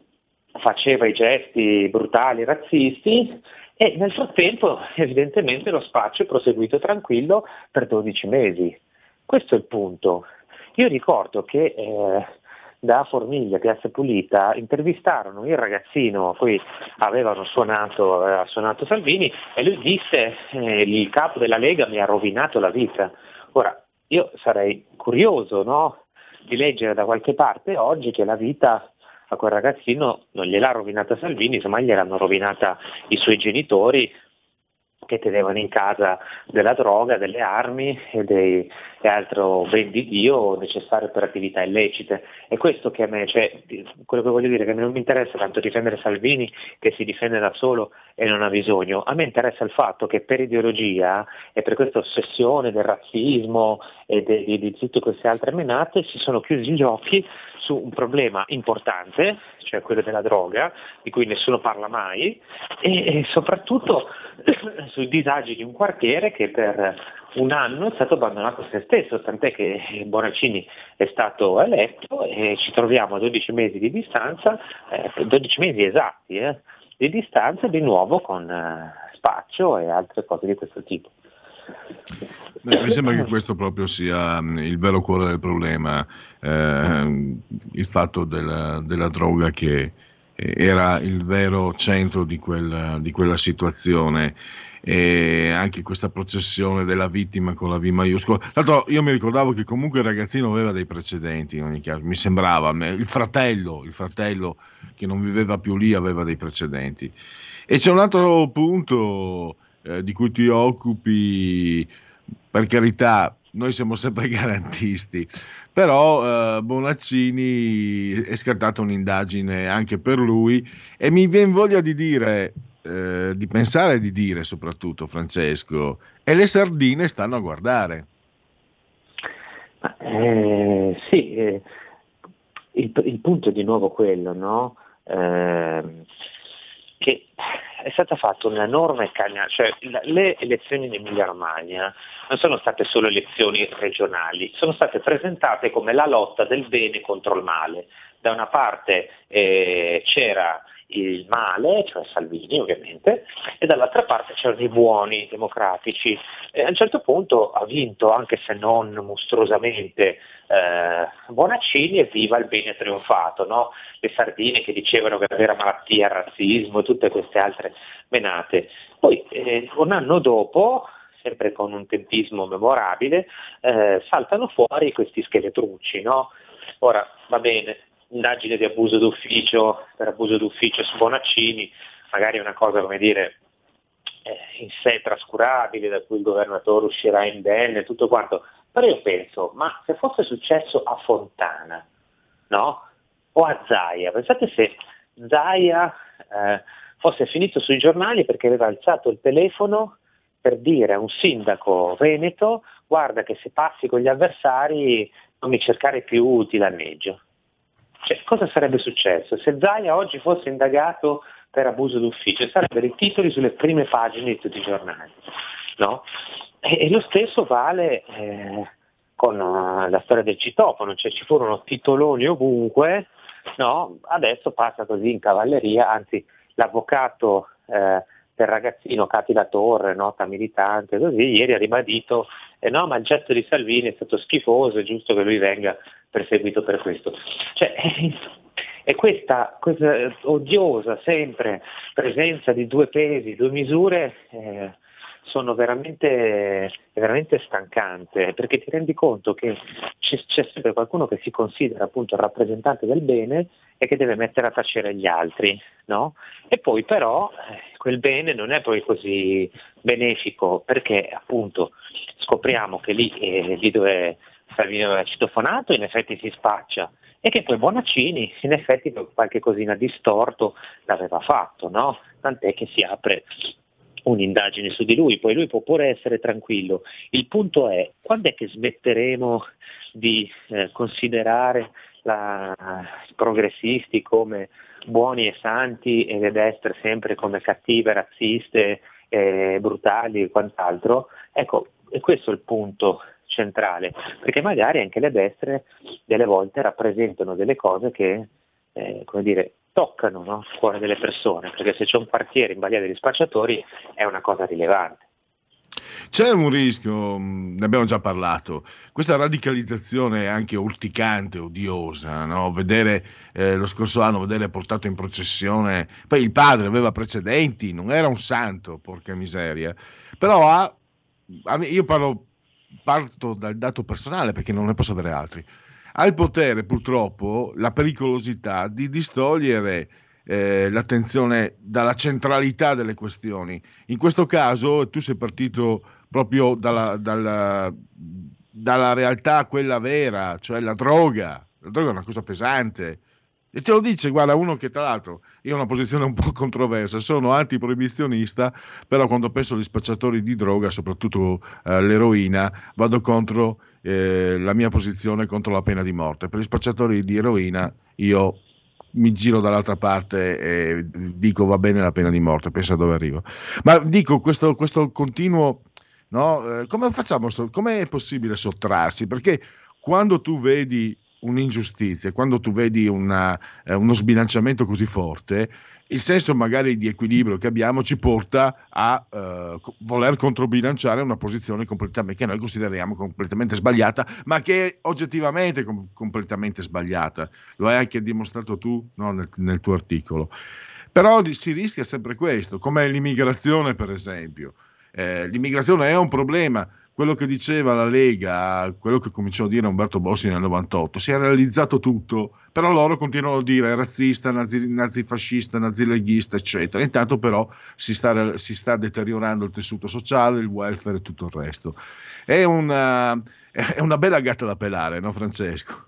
D: faceva i gesti brutali razzisti, e nel frattempo evidentemente lo spaccio è proseguito tranquillo per dodici mesi. Questo è il punto. Io ricordo che eh, da Formiglia, Piazza Pulita, intervistarono il ragazzino a cui avevano suonato, aveva suonato Salvini, e lui disse eh, il capo della Lega mi ha rovinato la vita. Ora, io sarei curioso, no, di leggere da qualche parte oggi che la vita a quel ragazzino non gliel'ha rovinata Salvini, insomma gliel'hanno rovinata i suoi genitori, che tenevano in casa della droga, delle armi e, dei, e altro ben di Dio necessario per attività illecite. E questo che a me, cioè, quello che voglio dire è che non mi interessa tanto difendere Salvini, che si difende da solo e non ha bisogno, a me interessa il fatto che per ideologia e per questa ossessione del razzismo e de, di, di tutte queste altre menate si sono chiusi gli occhi su un problema importante, cioè quello della droga, di cui nessuno parla mai, e, e soprattutto sui disagi di un quartiere che per un anno è stato abbandonato a se stesso, tant'è che Bonaccini è stato eletto e ci troviamo a dodici mesi di distanza, eh, dodici mesi esatti eh, di distanza di nuovo con eh, spaccio e altre cose di questo tipo.
F: Beh, mi sembra che questo proprio sia il vero cuore del problema, eh, il fatto della, della droga che era il vero centro di quella, di quella situazione, e anche questa processione della vittima con la V maiuscola. Tanto io mi ricordavo che comunque il ragazzino aveva dei precedenti, in ogni caso mi sembrava, il fratello, il fratello che non viveva più lì aveva dei precedenti. E c'è un altro punto eh, di cui ti occupi, per carità, noi siamo sempre garantisti, però eh, Bonaccini è scattata un'indagine anche per lui e mi viene voglia di dire, eh, di pensare e di dire soprattutto, Francesco, e le sardine stanno a guardare.
D: Eh, sì, eh, il, il punto è di nuovo quello, no? Eh, che è stata fatta un'enorme cagna, cioè la, le elezioni in Emilia Romagna non sono state solo elezioni regionali, sono state presentate come la lotta del bene contro il male. Da una parte eh, c'era il male, cioè Salvini ovviamente, e dall'altra parte c'erano i buoni democratici. E a un certo punto ha vinto, anche se non mostruosamente, eh, Bonaccini, e viva il bene trionfato, no? Le sardine che dicevano che la vera malattia è il razzismo e tutte queste altre menate. Poi eh, un anno dopo, sempre con un tempismo memorabile, eh, saltano fuori questi scheletrucci, no? Ora, va bene, indagine di abuso d'ufficio per abuso d'ufficio su Bonaccini, magari è una cosa, come dire, eh, in sé trascurabile, da cui il governatore uscirà indenne, tutto quanto, però io penso, ma se fosse successo a Fontana, no? O a Zaia, pensate se Zaia eh, fosse finito sui giornali perché aveva alzato il telefono per dire a un sindaco veneto: guarda che se passi con gli avversari non mi cercare più, ti danneggio. Cioè, cosa sarebbe successo? Se Zaia oggi fosse indagato per abuso d'ufficio, sarebbero i titoli sulle prime pagine di tutti i giornali, no? E, e lo stesso vale eh, con uh, la storia del citofono, cioè ci furono titoloni ovunque, no? Adesso passa così in cavalleria, anzi l'avvocato eh, del ragazzino Cati La Torre, nota militante, così, ieri ha ribadito eh, no, ma il gesto di Salvini è stato schifoso, è giusto che lui venga perseguito per questo. Cioè, e questa, questa odiosa sempre presenza di due pesi, due misure eh, sono veramente, è veramente stancante, perché ti rendi conto che c'è, c'è sempre qualcuno che si considera appunto il rappresentante del bene e che deve mettere a tacere gli altri, no? E poi però eh, quel bene non è poi così benefico, perché appunto scopriamo che lì, eh, lì dove Salvini aveva citofonato in effetti si spaccia, e che poi Bonaccini in effetti qualche cosina distorto l'aveva fatto, no? Tant'è che si apre un'indagine su di lui, poi lui può pure essere tranquillo. Il punto è, quando è che smetteremo di eh, considerare la, i progressisti come buoni e santi e le destre sempre come cattive, razziste, eh, brutali e quant'altro? Ecco, e questo è il punto centrale, perché magari anche le destre delle volte rappresentano delle cose che, eh, come dire, toccano, no? Il cuore delle persone, perché se c'è un quartiere in balia degli spacciatori è una cosa rilevante.
F: C'è un rischio, ne abbiamo già parlato, questa radicalizzazione anche urticante, odiosa, no? Vedere eh, lo scorso anno, vedere portato in processione, poi il padre aveva precedenti, non era un santo, porca miseria, però ha, io parlo, parto dal dato personale perché non ne posso avere altri, ha il potere purtroppo, la pericolosità di distogliere eh, l'attenzione dalla centralità delle questioni. In questo caso tu sei partito proprio dalla, dalla, dalla realtà quella vera, cioè la droga. La droga è una cosa pesante. E te lo dice, guarda, uno che tra l'altro, io ho una posizione un po' controversa, sono antiproibizionista, però quando penso agli spacciatori di droga, soprattutto eh, l'eroina, vado contro eh, la mia posizione contro la pena di morte. Per gli spacciatori di eroina io mi giro dall'altra parte e dico va bene la pena di morte, pensa dove arrivo. Ma dico, questo, questo continuo, no? Eh, come facciamo, come è possibile sottrarsi? Perché quando tu vedi un'ingiustizia, quando tu vedi una, eh, uno sbilanciamento così forte, il senso magari di equilibrio che abbiamo ci porta a eh, voler controbilanciare una posizione completamente, che noi consideriamo completamente sbagliata, ma che è oggettivamente com- completamente sbagliata. Lo hai anche dimostrato tu, no, nel, nel tuo articolo. Però si rischia sempre questo, come l'immigrazione per esempio. Eh, l'immigrazione è un problema. quello che diceva la Lega, quello che cominciò a dire Umberto Bossi nel novantotto, si è realizzato tutto, però loro continuano a dire razzista, nazi, nazifascista, nazileghista, eccetera. Intanto però si sta, si sta deteriorando il tessuto sociale, il welfare e tutto il resto. È una, è una bella gatta da pelare, no Francesco?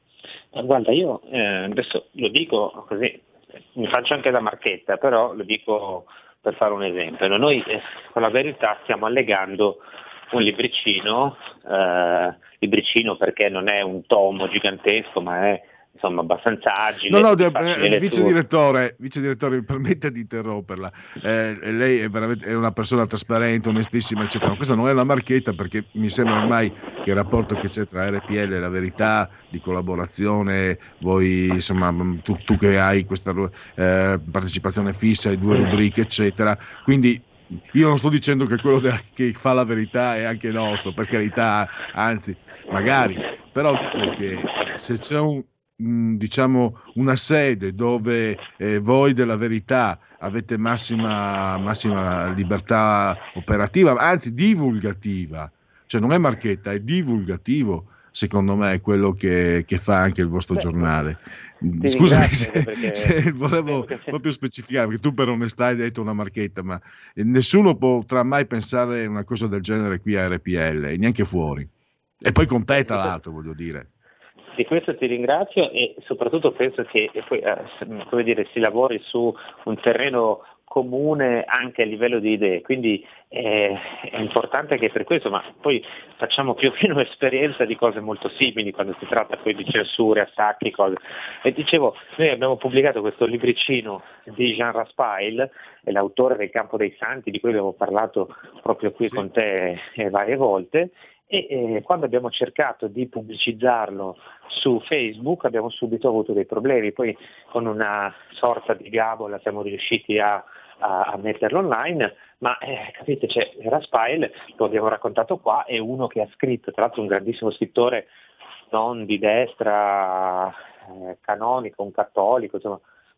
D: Ma guarda, io eh, adesso lo dico così, mi faccio anche da marchetta, però lo dico per fare un esempio. Noi eh, con la Verità stiamo allegando un libricino, eh, libricino perché non è un tomo gigantesco, ma è insomma abbastanza agile.
F: No, no, de-
D: facile
F: eh, vice direttore, vice direttore, mi permette di interromperla. Eh, lei è veramente è una persona trasparente, onestissima, eccetera. Ma questa non è una marchetta, perché mi sembra ormai che il rapporto che c'è tra R P L e La Verità, di collaborazione, voi insomma, tu, tu che hai questa eh, partecipazione fissa ai due rubriche, eccetera. Quindi io non sto dicendo che quello della, che fa La Verità è anche nostro, per carità, anzi, magari, però dico che se c'è un diciamo una sede dove eh, voi della Verità avete massima, massima libertà operativa, anzi divulgativa, cioè non è marchetta, è divulgativo, secondo me è quello che, che fa anche il vostro giornale. Scusami se, perché... se volevo perché... proprio specificare, perché tu per onestà hai detto una marchetta, ma nessuno potrà mai pensare una cosa del genere qui a R P L, e neanche fuori, e poi con te tra l'altro, voglio dire.
D: Di questo ti ringrazio, e soprattutto penso che poi, eh, come dire, si lavori su un terreno comune anche a livello di idee, quindi eh, è importante che per questo, ma poi facciamo più o meno esperienza di cose molto simili quando si tratta poi di censure, attacchi, cose. E dicevo, noi abbiamo pubblicato questo libricino di Jean Raspail, è l'autore del Campo dei Santi, di cui abbiamo parlato proprio qui sì. con te eh, varie volte. E eh, quando abbiamo cercato di pubblicizzarlo su Facebook abbiamo subito avuto dei problemi, poi con una sorta di gabola siamo riusciti a, a, a metterlo online, ma eh, capite, cioè, Raspail, lo abbiamo raccontato qua, è uno che ha scritto, tra l'altro un grandissimo scrittore non di destra, eh, canonico, un cattolico, insomma,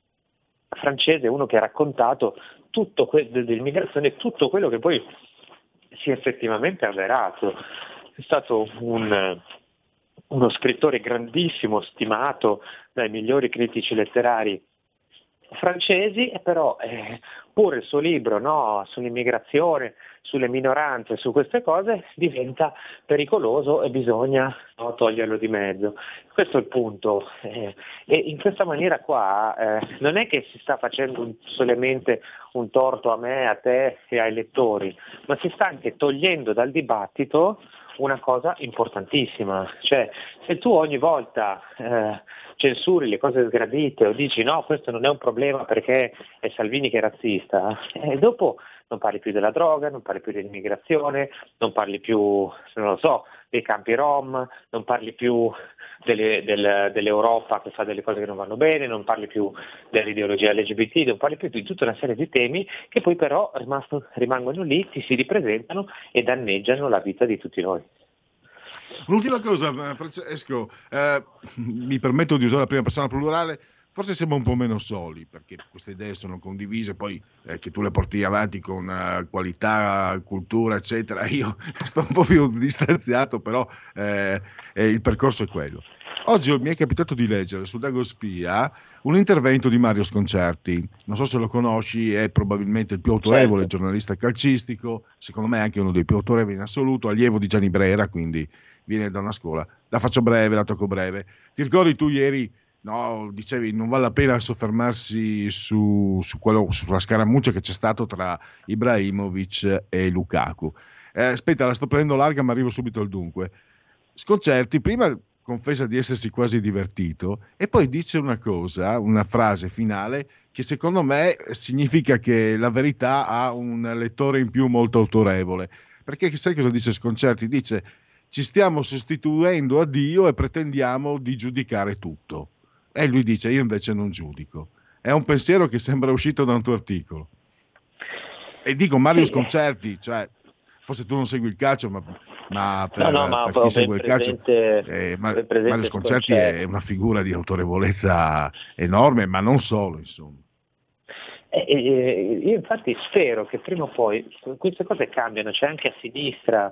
D: francese, uno che ha raccontato tutto que- dell'immigrazione, tutto quello che poi si è effettivamente avverato. È stato un, uno scrittore grandissimo, stimato dai migliori critici letterari francesi, e però eh, pure il suo libro, no, sull'immigrazione, sulle minoranze, su queste cose, diventa pericoloso e bisogna, no, toglierlo di mezzo. Questo è il punto. Eh, e in questa maniera qua eh, non è che si sta facendo un, solamente un torto a me, a te e ai lettori, ma si sta anche togliendo dal dibattito una cosa importantissima, cioè se tu ogni volta eh, censuri le cose sgradite o dici no, questo non è un problema perché è Salvini che è razzista, e dopo non parli più della droga, non parli più dell'immigrazione, non parli più, non lo so, dei campi rom, non parli più delle, del, dell'Europa che fa delle cose che non vanno bene, non parli più dell'ideologia L G B T, non parli più di tutta una serie di temi che poi però rimasto, rimangono lì, ti si ripresentano e danneggiano la vita di tutti noi.
F: Un'ultima cosa, Francesco, eh, mi permetto di usare la prima persona plurale. Forse siamo un po' meno soli, perché queste idee sono condivise, poi eh, che tu le porti avanti con uh, qualità, cultura, eccetera. Io sto un po' più distanziato, però eh, eh, il percorso è quello. Oggi mi è capitato di leggere su Dagospia un intervento di Mario Sconcerti, non so se lo conosci, è probabilmente il più autorevole certo. giornalista calcistico, secondo me anche uno dei più autorevoli in assoluto, allievo di Gianni Brera, quindi viene da una scuola. La faccio breve, la tocco breve. Ti ricordi tu ieri, no, dicevi non vale la pena soffermarsi su, su quello, sulla scaramuccia che c'è stato tra Ibrahimovic e Lukaku. Eh, aspetta, la sto prendendo larga ma arrivo subito al dunque. Sconcerti prima confessa di essersi quasi divertito e poi dice una cosa, una frase finale che secondo me significa che La Verità ha un lettore in più molto autorevole, perché sai cosa dice Sconcerti? Dice: ci stiamo sostituendo a Dio e pretendiamo di giudicare tutto. E lui dice: io invece non giudico. È un pensiero che sembra uscito da un tuo articolo. E dico Mario Sconcerti, cioè forse tu non segui il calcio, ma, ma per,
D: no, no, ma
F: per chi segue il calcio,
D: eh,
F: Mar- Mario Sconcerti è una figura di autorevolezza enorme, ma non solo, insomma.
D: Eh, eh, io infatti spero che prima o poi queste cose cambiano, c'è anche a sinistra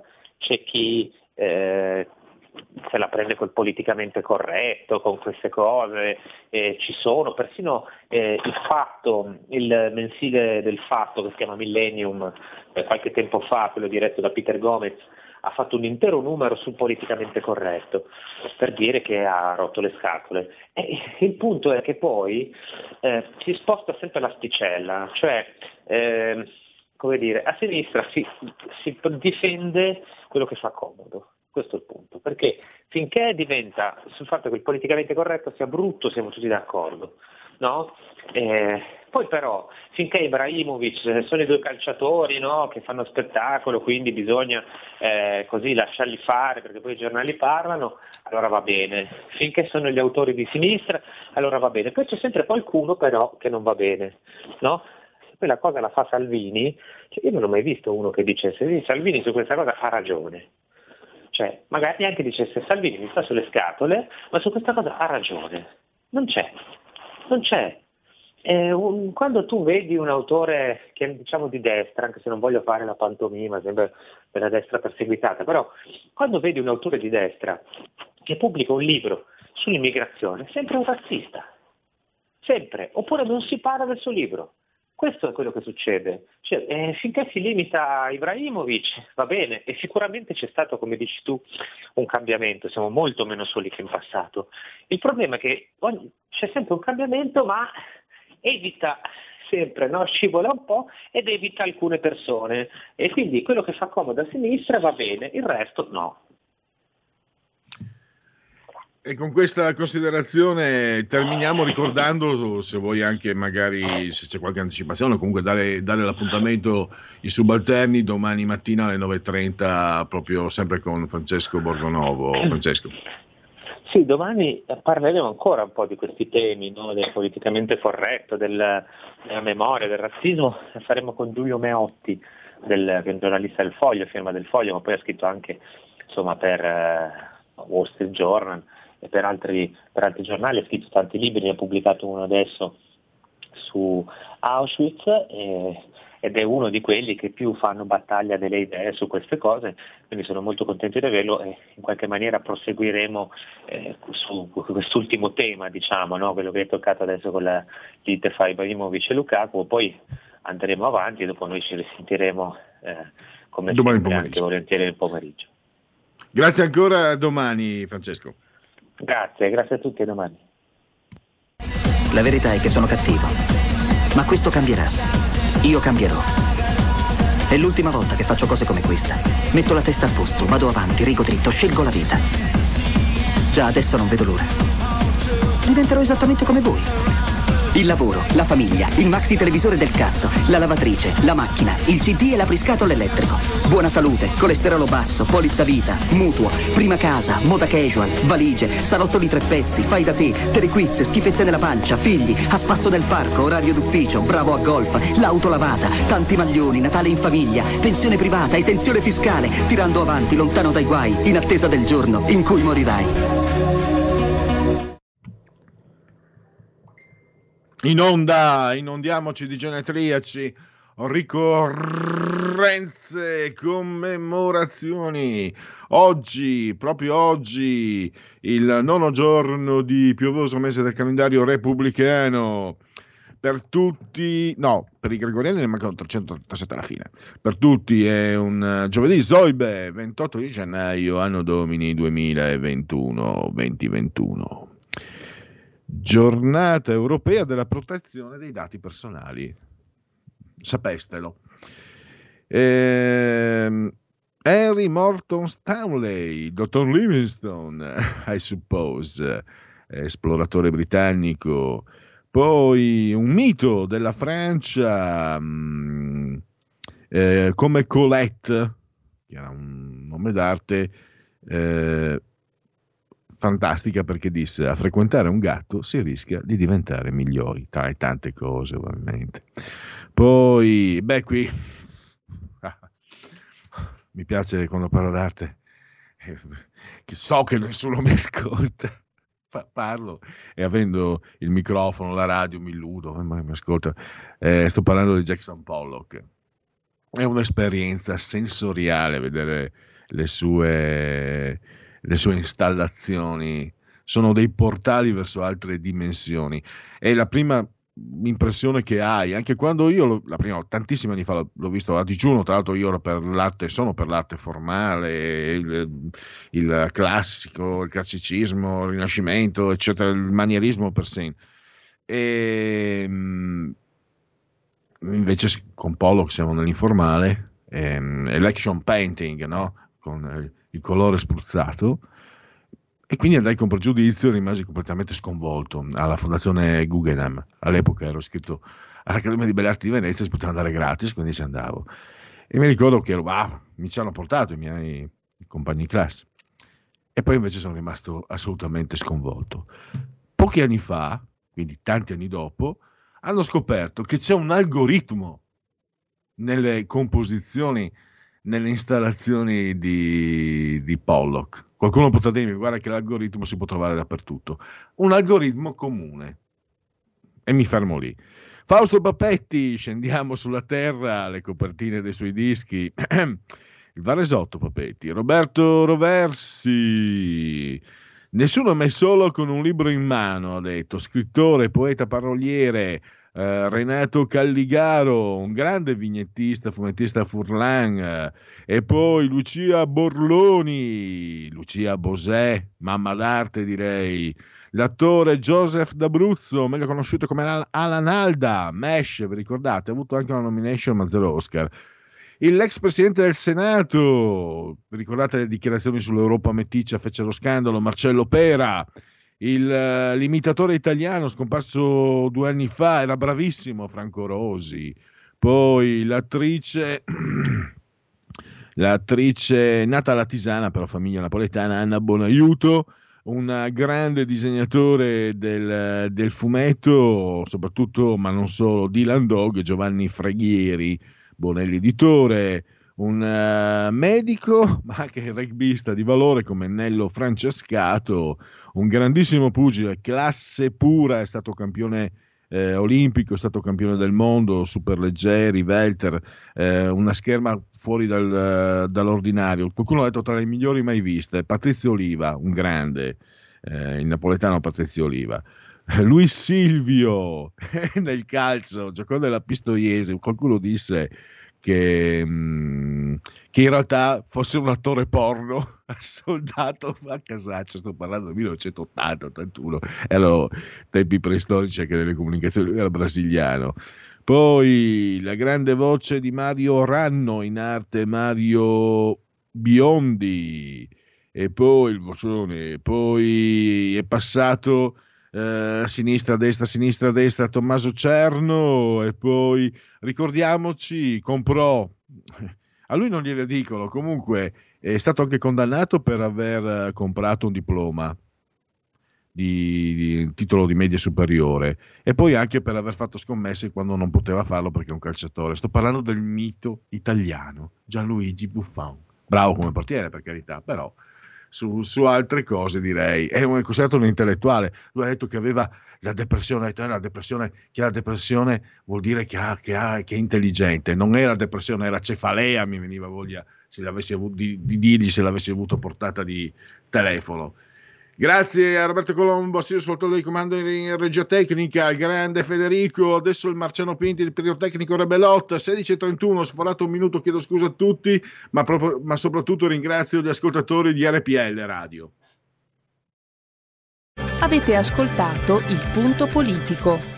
D: c'è chi eh, se la prende col politicamente corretto, con queste cose, eh, ci sono persino eh, il Fatto, il mensile del Fatto che si chiama Millennium, eh, qualche tempo fa, quello diretto da Peter Gomez, ha fatto un intero numero sul politicamente corretto per dire che ha rotto le scatole. E il punto è che poi eh, si sposta sempre l'asticella, cioè eh, come dire, a sinistra si, si difende quello che fa comodo. Questo è il punto, perché finché diventa sul fatto che il politicamente corretto sia brutto siamo tutti d'accordo, no? Eh, poi però finché Ibrahimovic sono i due calciatori, no, che fanno spettacolo, quindi bisogna eh, così lasciarli fare perché poi i giornali parlano, allora va bene. Finché sono gli autori di sinistra, allora va bene. Poi c'è sempre qualcuno però che non va bene, no? Poi la cosa la fa Salvini, cioè, io non ho mai visto uno che dicesse Salvini su questa cosa ha ragione. Cioè, magari anche dicesse Salvini mi sta sulle scatole, ma su questa cosa ha ragione. Non c'è, non c'è. Eh, un, quando tu vedi un autore che è diciamo di destra, anche se non voglio fare la pantomima, sempre della destra perseguitata, però quando vedi un autore di destra che pubblica un libro sull'immigrazione, è sempre un razzista, sempre, oppure non si parla del suo libro. Questo è quello che succede, cioè, eh, finché si limita a Ibrahimovic va bene, e sicuramente c'è stato, come dici tu, un cambiamento, siamo molto meno soli che in passato. Il problema è che ogni, c'è sempre un cambiamento, ma evita sempre, no? Scivola un po' ed evita alcune persone, e quindi quello che fa comodo a sinistra va bene, il resto no.
F: E con questa considerazione terminiamo ricordando, se vuoi anche magari se c'è qualche anticipazione, o comunque dare, dare l'appuntamento ai subalterni domani mattina alle nove e trenta, proprio sempre con Francesco Borgonovo. Francesco.
D: Sì, domani parleremo ancora un po' di questi temi, no? Del politicamente corretto, del, della memoria, del razzismo. Faremo con Giulio Meotti, del, che è un giornalista del Foglio, firma del Foglio, ma poi ha scritto anche insomma per eh, Wall Street Journal e per altri, per altri giornali, ha scritto tanti libri, ne ha pubblicato uno adesso su Auschwitz e, ed è uno di quelli che più fanno battaglia delle idee su queste cose, quindi sono molto contento di averlo e in qualche maniera proseguiremo eh, su quest'ultimo tema, diciamo, no? Quello che è toccato adesso con la lite fra Ibrahimovic e Lukaku, poi andremo avanti e dopo noi ci risentiremo eh, come sempre anche volentieri nel pomeriggio.
F: Grazie ancora, a domani Francesco.
D: Grazie, grazie a tutti, a domani.
E: La verità è che sono cattivo, ma questo cambierà. Io cambierò. È l'ultima volta che faccio cose come questa. Metto la testa a posto, vado avanti, rigo dritto, scelgo la vita. Già adesso non vedo l'ora. Diventerò esattamente come voi. Il lavoro, la famiglia, il maxi televisore del cazzo, la lavatrice, la macchina, il C D e l'apriscatole elettrico. Buona salute, colesterolo basso, polizza vita, mutuo, prima casa, moda casual, valigie, salotto di tre pezzi, fai da te, telequiz, schifezze nella pancia, figli, a spasso nel parco, orario d'ufficio, bravo a golf, l'auto lavata, tanti maglioni, Natale in famiglia, pensione privata, esenzione fiscale, tirando avanti, lontano dai guai, in attesa del giorno in cui morirai.
F: In onda, inondiamoci di genetriaci, ricorrenze, commemorazioni. Oggi, proprio oggi, il nono giorno di piovoso mese del calendario repubblicano. Per tutti, no, per i gregoriani ne mancano trecentottantasette alla fine. Per tutti è un giovedì Zoibe, ventotto di gennaio, anno domini duemilaventuno duemilaventuno. Giornata europea della protezione dei dati personali. Sapestelo. Ehm, Henry Morton Stanley, dottor Livingstone, I suppose, esploratore britannico. Poi un mito della Francia, mh, eh, come Colette, che era un nome d'arte, eh, fantastica perché disse: a frequentare un gatto si rischia di diventare migliori, tra le tante cose ovviamente. Poi, beh, qui mi piace quando parlo d'arte, eh, che so che nessuno mi ascolta, Fa, parlo e avendo il microfono, la radio, mi illudo, eh, ma mi ascolta. Eh, sto parlando di Jackson Pollock. È un'esperienza sensoriale vedere le sue, le sue installazioni, sono dei portali verso altre dimensioni. È la prima impressione che hai, anche quando io lo, la prima tantissimi anni fa l'ho, l'ho visto a digiuno, tra l'altro io ero per l'arte, sono per l'arte formale, il, il classico, il classicismo, il rinascimento, eccetera, il manierismo per sé. E invece con Pollock siamo nell'informale, ehm, election painting, no? Con eh, il colore spruzzato. E quindi andai con pregiudizio e rimasi completamente sconvolto alla Fondazione Guggenheim. All'epoca ero iscritto all'Accademia di Belle Arti di Venezia, si poteva andare gratis, quindi ci andavo. E mi ricordo che ero, ah, mi ci hanno portato i miei compagni di classe. E poi invece sono rimasto assolutamente sconvolto. Pochi anni fa, quindi tanti anni dopo, hanno scoperto che c'è un algoritmo nelle composizioni, nelle installazioni di, di Pollock. Qualcuno potrà dirmi, guarda che l'algoritmo si può trovare dappertutto. Un algoritmo comune. E mi fermo lì. Fausto Papetti, scendiamo sulla terra, le copertine dei suoi dischi. Il Varesotto Papetti. Roberto Roversi. Nessuno è mai solo con un libro in mano, ha detto. Scrittore, poeta, paroliere. Uh, Renato Calligaro, un grande vignettista, fumettista Furlan, uh, e poi Lucia Borloni, Lucia Bosè, mamma d'arte direi, l'attore Joseph D'Abruzzo, meglio conosciuto come Alan Alda, Mesh, vi ricordate, ha avuto anche una nomination ma zero Oscar. L'ex presidente del Senato, vi ricordate le dichiarazioni sull'Europa meticcia, fecero scandalo, Marcello Pera. Il, uh, l'imitatore italiano scomparso due anni fa, era bravissimo, Franco Rosi. Poi l'attrice l'attrice nata alla Tisana, però famiglia napoletana, Anna Bonaiuto, un grande disegnatore del, del fumetto, soprattutto ma non solo, Dylan Dog, Giovanni Freghieri, Bonelli editore, un uh, medico ma anche rugbista di valore come Nello Francescato, un grandissimo pugile, classe pura, è stato campione eh, olimpico, è stato campione del mondo, superleggeri, welter, eh, una scherma fuori dal, dall'ordinario. Qualcuno ha detto tra le migliori mai viste. Patrizio Oliva, un grande, eh, il napoletano Patrizio Oliva. Luis Silvio nel calcio, giocò nella Pistoiese. Qualcuno disse che, mh, che in realtà fosse un attore porno soldato a casaccio, sto parlando del millenovecentottanta ottantuno, erano tempi preistorici anche delle comunicazioni, lui era brasiliano. Poi la grande voce di Mario Ranno, in arte Mario Biondi, e poi il vocione, poi è passato a eh, sinistra, destra, sinistra, destra Tommaso Cerno, e poi ricordiamoci, comprò, a lui non glielo dicono, comunque è stato anche condannato per aver comprato un diploma di, di titolo di media superiore, e poi anche per aver fatto scommesse quando non poteva farlo perché è un calciatore. Sto parlando del mito italiano Gianluigi Buffon, bravo come portiere per carità, però Su, su altre cose direi è un, è considerato un intellettuale. Lui ha detto che aveva la depressione, la depressione che la depressione vuol dire che, ha, che, ha, che è intelligente, non era depressione, era cefalea, mi veniva voglia se l'avessi avuto, di, di dirgli se l'avessi avuto a portata di telefono. Grazie a Roberto Colombo, assiso sul di comando in regia tecnica, il grande Federico, adesso il Marciano Pinti, il periodo tecnico Rebelot, sedici e trentuno, sforato un minuto, chiedo scusa a tutti, ma, proprio, ma soprattutto ringrazio gli ascoltatori di R P L Radio.
A: Avete ascoltato Il Punto Politico.